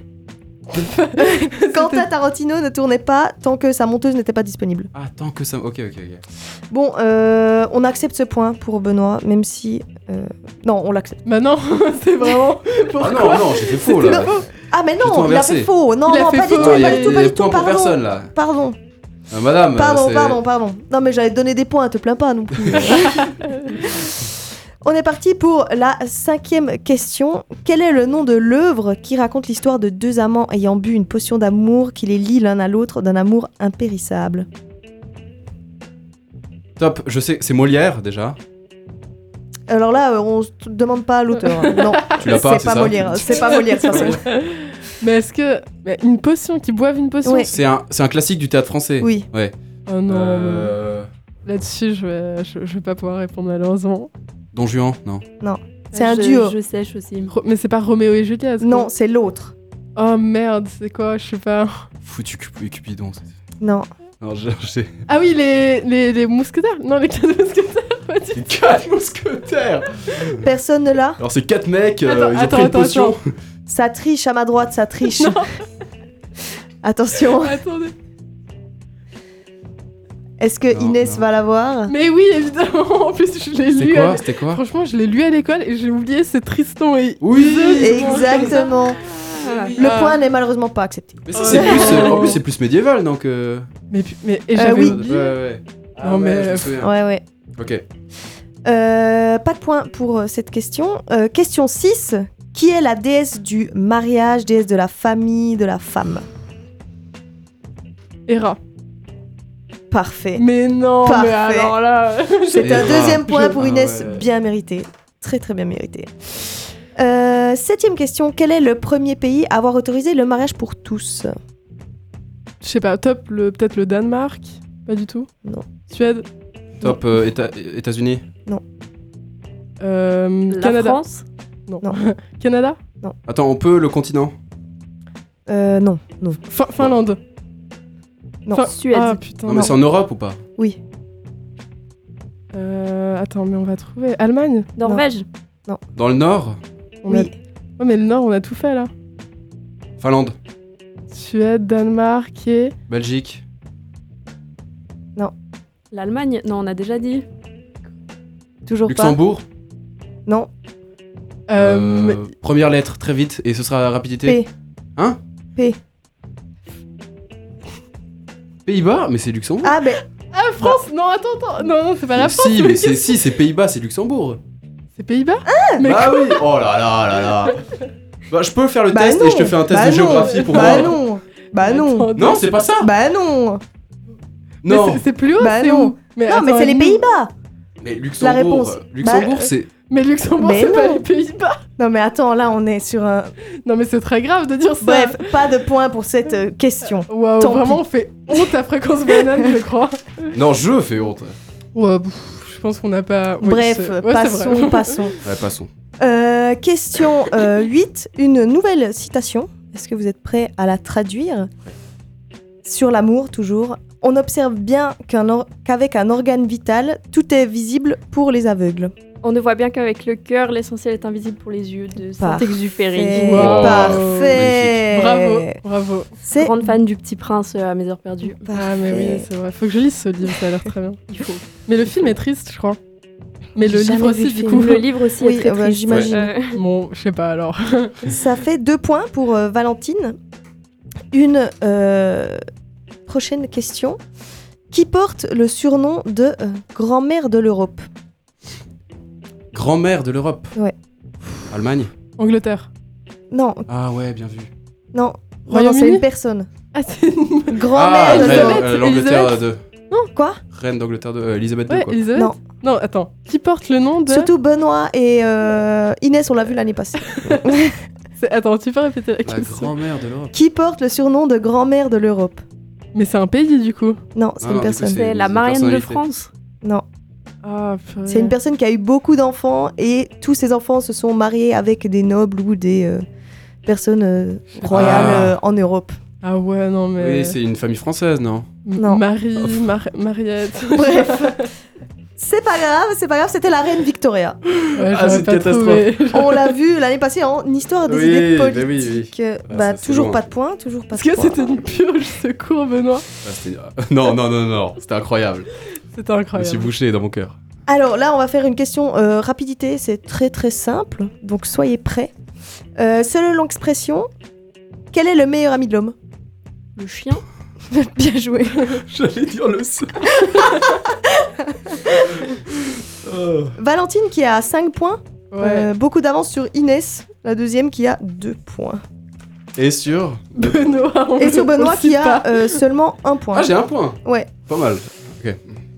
Quentin Tarantino ne tournait pas tant que sa monteuse n'était pas disponible. Ah, tant que ça. Ok, ok, ok. Bon, euh, on accepte ce point pour Benoît, même si... euh, Non, on l'accepte. Bah non, c'est vraiment. Ah non, non, j'ai fait faux là. Ah mais J'ai tout non, il a inversé. fait faux. Non, Il a non, fait pas faux. du Ah, tout, il y pas a, du il tout, y pas a du des tout, points pour pardon. personne là. Pardon, Ah, madame, pardon, c'est- pardon, pardon. Non mais j'allais donner des points, te plains pas non plus. On est parti pour la cinquième question. Quel est le nom de l'œuvre qui raconte l'histoire de deux amants ayant bu une potion d'amour qui les lie l'un à l'autre d'un amour impérissable? Top, je sais, c'est Molière déjà. Alors là, euh, on se demande pas à l'auteur. hein. Non, Tu l'as pas, c'est c'est pas ça Molière. C'est pas Molière, de toute façon. Mais est-ce que. Mais une potion, qui boivent une potion Ouais. C'est un, c'est un classique du théâtre français. Oui. Ouais. Oh non, Euh... mais là-dessus, je vais, je, je vais pas pouvoir répondre malheureusement. Don Juan, non. C'est un Je- duo. Je sèche aussi. Ro- mais c'est pas Roméo et Juliette. quoi. Non, c'est l'autre. Oh merde, c'est quoi? Je sais pas. Foutu Cup- Cupidon. c'est- Non. Non, je sais. Ah oui, les, les, les mousquetaires. Non, les quatre mousquetaires, pas du C'est quatre mousquetaires. Personne ne l'a. Alors c'est quatre mecs, euh, Attends, ils ont attends, pris une attends, potion. Ça triche à ma droite, ça triche. Non. Attention. Attendez. Est-ce que Non, Inès non. va l'avoir? Mais oui, évidemment. En plus, je l'ai C'était lu. quoi à- C'était quoi Franchement, je l'ai lu à l'école et j'ai oublié, c'est Tristan et Oui. Isolde, ou un truc comme ça. Exactement. Ah. Le Ah. point n'est malheureusement pas accepté. Mais ça c'est Oh. plus, euh, en plus c'est plus médiéval donc. Euh... Mais, pu- mais et Euh, j'avais oui. oublié. Ouais, ouais. Ah, Non, ouais, mais- je me souviens. Ouais, ouais. Ok. Euh, pas de point pour euh, cette question. Euh, question six. Qui est la déesse du mariage, déesse de la famille, de la femme? Hera. Parfait. Mais non, Parfait. mais alors là. C'est un Hera. deuxième point pour Ah Inès, ouais. bien mérité. Très très bien mérité. Euh, septième question. Quel est le premier pays à avoir autorisé le mariage pour tous? Je sais pas, top, le, peut-être le Danemark? Pas du tout? Non. Suède? Top euh, Éta- États-Unis. Euh, La Canada? France. Non. Non. Canada? Attends, on peut le continent. Euh, non, non. Fin- Finlande? Non. Fin- Suède. Ah putain. Non mais c'est en Europe ou pas? Oui. Euh, attends, mais on va trouver. Allemagne Norvège. Dans le nord, on a... Oui. Ouais, mais le Nord, on a tout fait là. Finlande, Suède, Danemark et. Belgique, L'Allemagne. Non, on a déjà dit. Toujours Luxembourg. pas. Non. Euh, Euh, Première lettre, très vite, et ce sera rapidité. P. Hein P. Pays-Bas, mais c'est Luxembourg. Ah, mais Ah, France Non, attends, attends. Non, non, c'est pas la France. Si, mais mais c'est qu'est-ce- si, c'est Pays-Bas, c'est Luxembourg. C'est Pays-Bas Mais Bah oui. Oh là là là là. Bah je peux faire le Bah test non. et je te fais un test Bah de non. géographie pour Bah voir. non. Bah non. Attends, Non, c'est pas ça. Bah non. mais Non. c'est- C'est plus haut, Bah c'est non. où mais Non, mais attends, c'est les nous- Pays-Bas. Mais Luxembourg, réponse. euh, Luxembourg, Bah, c'est. Mais Luxembourg, Mais c'est pas non. les Pays-Bas. Non, mais attends, là, on est sur un. Non, mais c'est très grave de dire ça. Bref, pas de point pour cette euh, question. Waouh, Tant vraiment, on fait honte à Fréquence Banane, je crois. Non, je fais honte. Ouais, pff, je pense qu'on n'a pas. oui, Bref, c'est- ouais, c'est passons, vrai. passons. Ouais, passons. Euh, question euh, huit, une nouvelle citation. Est-ce que vous êtes prêts à la traduire ? Sur l'amour, toujours. On observe bien qu'un or- qu'avec un organe vital, tout est visible pour les aveugles. On ne voit bien qu'avec le cœur, l'essentiel est invisible pour les yeux de Parfait. Saint-Exupéry. Wow. Parfait. Bravo, bravo. C'est Grande fan du Petit Prince euh, à mes heures perdues. Ah, mais oui, parfait. c'est vrai. Faut que je lise ce livre, ça a l'air très bien. Il faut. Mais le film est triste, je crois. Mais le J'ai livre jamais vu aussi, le du film. coup. Le livre aussi Oui, est très euh, bah, triste. j'imagine. Euh, Bon, je sais pas alors. Ça fait deux points pour euh, Valentine. Une euh, prochaine question. Qui porte le surnom de euh, grand-mère de l'Europe ? Grand-mère de l'Europe. Ouais. Allemagne. Angleterre. Non, Ah ouais, bien vu. non. Non, non, Royaume-Uni c'est une personne. Ah, c'est une... Grand-mère Ah, de reine, l'Europe. euh, l'Angleterre Elisabeth de. Quoi ? Reine d'Angleterre de. euh, Elisabeth deux, Ouais, quoi. Elisabeth Non. Non, attends. Qui porte le nom de... Surtout Benoît et euh, Inès, on l'a vu l'année passée. C'est- Attends, tu peux répéter la La question. grand-mère de l'Europe. Qui porte le surnom de grand-mère de l'Europe ? Mais c'est un pays, du coup. Non, c'est Ah une non, du coup, personne. c'est- C'est la une Marianne de personnalité. France. Non, Ah, purée. c'est une personne qui a eu beaucoup d'enfants et tous ces enfants se sont mariés avec des nobles ou des euh, personnes euh, royales Ah. euh, en Europe. Ah ouais, non, mais... Oui, c'est une famille française, non M- Non. Marie, Mar- Mariette. Bref, c'est pas grave, c'est pas grave, c'était la reine Victoria. Ouais, Ah, j'aurais c'est une pas catastrophe. trouvé. On l'a vu l'année passée en histoire des Oui, idées bah politiques. oui, oui. Euh, Ah, bah, ça, c'est toujours loin. pas de points, toujours pas Est-ce de que points. c'était une purge, secours, Benoît Ah, c'était- Non, non, non, non, c'était incroyable. C'était Je me incroyable. suis bouché dans mon cœur. Alors là, on va faire une question euh, rapidité, c'est très très simple, donc soyez prêts. Euh, selon l'expression, quel est le meilleur ami de l'homme ? Le chien. Bien joué. J'allais dire le seul. Oh. Valentine qui a cinq points, Ouais. euh, beaucoup d'avance sur Inès, la deuxième qui a deux points. Et sur. Benoît, on Et le- sur on Benoît le qui cite a pas. euh, seulement un point. Ah, j'ai un point. Ouais. Pas mal. Ok.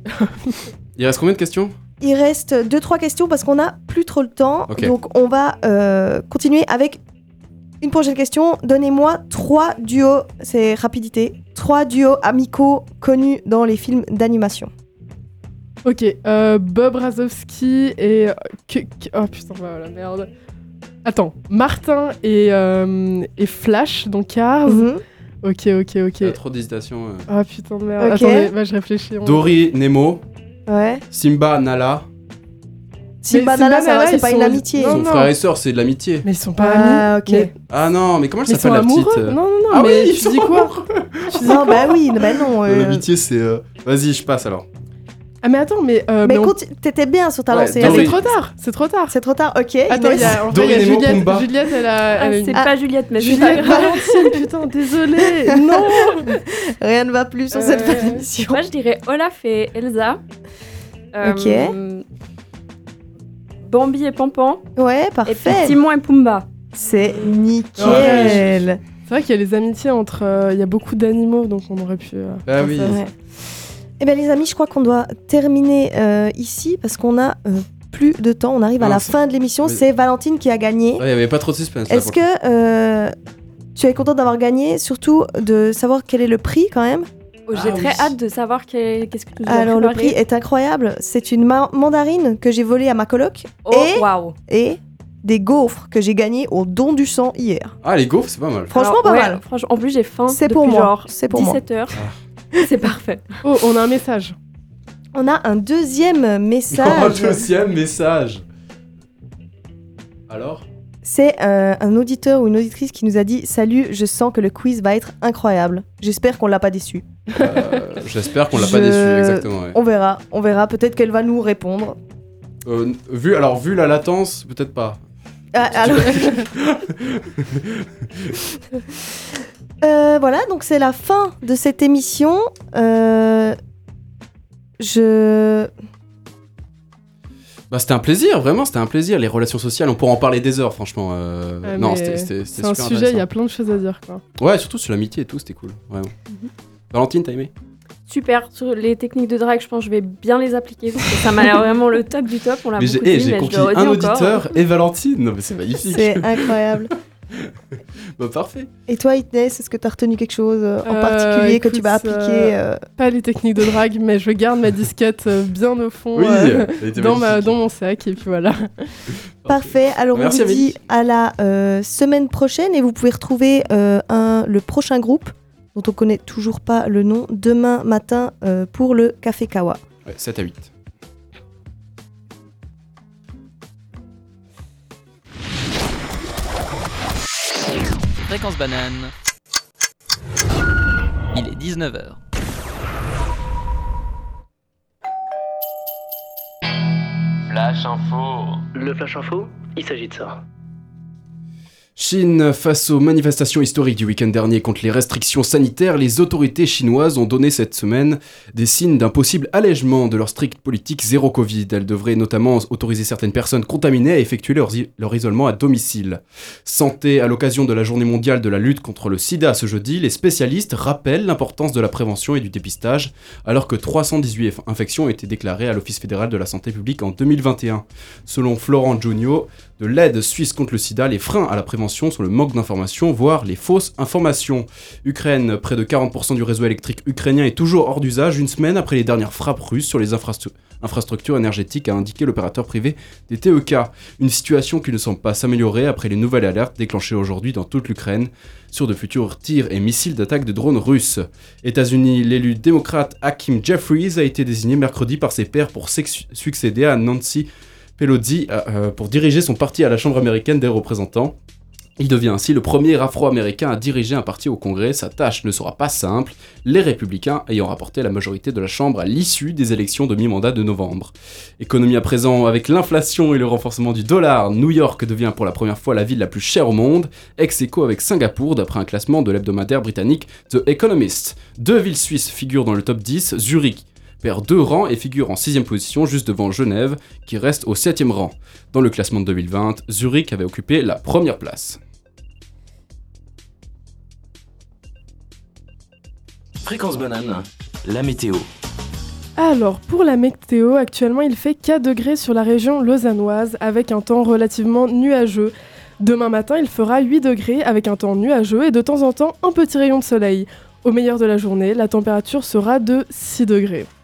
Il reste combien de questions? Il reste deux trois questions parce qu'on a plus trop le temps. Ok. Donc on va euh, continuer avec une prochaine question. Donnez-moi trois duos, c'est rapidité, trois duos amicaux connus dans les films d'animation. Ok, euh, Bob Razowski et... euh, que- que- Oh putain, bah voilà, merde. Attends, Martin et, euh, et Flash, donc Cars. Mhm. Ok, ok, ok. Il y a trop d'hésitation. euh. Ah putain de merde. Ok. Attendez, bah, je réfléchis. on- Dory, Nemo, Ouais. Simba, Nala. Simba Simba, Nala, ça va, Nala, c'est ils pas sont- une amitié. Non, Son non. frère et sœur, c'est de l'amitié. Mais ils sont pas Ah, amis. ok. Mais, Ah non, mais comment elle mais ils sont s'appelle la petite amoureux euh Non, non, non, Ah mais oui, ils tu sont dis quoi Non, bah oui, bah non. euh, L'amitié, c'est. euh, Vas-y, je passe alors. Ah mais attends, mais... euh, Mais on- conti- t'étais bien sur ta Ouais, lancée. Ah, Dory. c'est trop tard, c'est trop tard. C'est trop tard, ok. Attends, il Inès. y a, en vrai, Dory, il y a Nemo, Juliette, Pumba. Juliette, elle a... Ah, elle a une- c'est Ah, pas Juliette, mais c'est Juliette pas grave. Valentine, putain, désolée. Non. Rien ne va plus sur cette Euh, fin d'émission. Moi, je dirais Olaf et Elsa. Euh, Ok. Bambi et Pampan. Ouais, Et puis parfait. Timon et Pumba. C'est nickel. C'est vrai qu'il y a les amitiés entre... euh, Il y a beaucoup d'animaux, donc on aurait pu... euh, Ah penser oui. à ça. Ouais. Eh bien les amis, je crois qu'on doit terminer euh, ici parce qu'on a euh, plus de temps. On arrive à Non, la c'est- fin de l'émission. Oui. C'est Valentine qui a gagné. Il y avait pas trop de suspense. là, Est-ce pour le que euh, tu es contente d'avoir gagné, surtout de savoir quel est le prix quand même? Oh, J'ai Ah très oui. hâte de savoir quel- qu'est-ce que tu nous as Alors le préparé. prix est incroyable. C'est une ma- mandarine que j'ai volée à ma coloc Oh, Et- waouh. et des gaufres que j'ai gagnées au don du sang hier. Ah, les gaufres, c'est pas mal. Franchement, Alors, pas ouais, mal. Franchement, en plus, j'ai faim C'est depuis pour moi. genre C'est pour moi. dix-sept heures. C'est parfait. Oh, on a un message. On a un deuxième Oh, message. deuxième message. Alors C'est euh, un auditeur ou une auditrice qui nous a dit « Salut, je sens que le quiz va être incroyable. J'espère qu'on l'a pas déçu. euh, J'espère qu'on l'a Je- pas déçu, exactement. Ouais. On verra, on verra. Peut-être qu'elle va nous répondre. Euh, vu, alors, vu la latence, peut-être pas. Ah, alors... Euh, voilà, donc c'est la fin de cette émission. Euh, Je... Bah, c'était un plaisir, vraiment, c'était un plaisir. Les relations sociales, on pourrait en parler des heures, franchement. euh, Ouais, non, mais c'était c'était- c'était C'est un super sujet, il y a intéressant. plein de choses à dire, quoi. Ouais, surtout sur l'amitié et tout, c'était cool, vraiment. Valentine, t'as aimé? Super, sur les techniques de drague, je pense que je vais bien les appliquer parce que ça m'a l'air vraiment le top du top. On l'a Mais beaucoup j'ai eh, dit, j'ai mais je conquis le redis un encore. auditeur et Valentine. Non, mais c'est magnifique. C'est incroyable. Bah, parfait. Et toi, Itness, est-ce que tu as retenu quelque chose euh, en Euh, particulier que tu écoute, vas appliquer euh, Pas les techniques de drague, mais je garde ma disquette euh, bien au fond Oui, euh, elle était dans, ma, magnifique. dans mon sac, et puis voilà. Parfait. Alors, Merci, on vous Amélie. dit à la euh, semaine prochaine et vous pouvez retrouver euh, un, le prochain groupe dont on connaît toujours pas le nom demain matin euh, pour le Café Kawa. Ouais, sept à huit. Fréquence banane. Il est dix-neuf heures. Flash info. Le Flash Info, il s'agit de ça. Chine, face aux manifestations historiques du week-end dernier contre les restrictions sanitaires, les autorités chinoises ont donné cette semaine des signes d'un possible allègement de leur stricte politique zéro Covid. Elles devraient notamment autoriser certaines personnes contaminées à effectuer leur, i- leur isolement à domicile. Santé, à l'occasion de la journée mondiale de la lutte contre le sida ce jeudi, les spécialistes rappellent l'importance de la prévention et du dépistage, alors que trois cent dix-huit eff- infections ont été déclarées à l'Office fédéral de la santé publique en deux mille vingt et un. Selon Florent Junio, de l'aide suisse contre le sida, les freins à la prévention sont le manque d'informations, voire les fausses informations. Ukraine, près de quarante pour cent du réseau électrique ukrainien est toujours hors d'usage une semaine après les dernières frappes russes sur les infrastru- infrastructures énergétiques, a indiqué l'opérateur privé des T E K. Une situation qui ne semble pas s'améliorer après les nouvelles alertes déclenchées aujourd'hui dans toute l'Ukraine sur de futurs tirs et missiles d'attaque de drones russes. États-Unis, l'élu démocrate Hakeem Jeffries a été désigné mercredi par ses pairs pour sex- succéder à Nancy Pelosi euh, pour diriger son parti à la Chambre américaine des représentants. Il devient ainsi le premier afro-américain à diriger un parti au Congrès. Sa tâche ne sera pas simple, les républicains ayant rapporté la majorité de la Chambre à l'issue des élections de mi-mandat de novembre. Économie à présent, avec l'inflation et le renforcement du dollar, New York devient pour la première fois la ville la plus chère au monde, ex-aequo avec Singapour d'après un classement de l'hebdomadaire britannique The Economist. Deux villes suisses figurent dans le top dix, Zurich perd deux rangs et figure en sixième position juste devant Genève, qui reste au septième rang. Dans le classement de deux mille vingt, Zurich avait occupé la première place. Fréquence banane. La météo. Alors, pour la météo, actuellement, il fait quatre degrés sur la région lausannoise, avec un temps relativement nuageux. Demain matin, il fera huit degrés, avec un temps nuageux et de temps en temps un petit rayon de soleil. Au meilleur de la journée, la température sera de six degrés.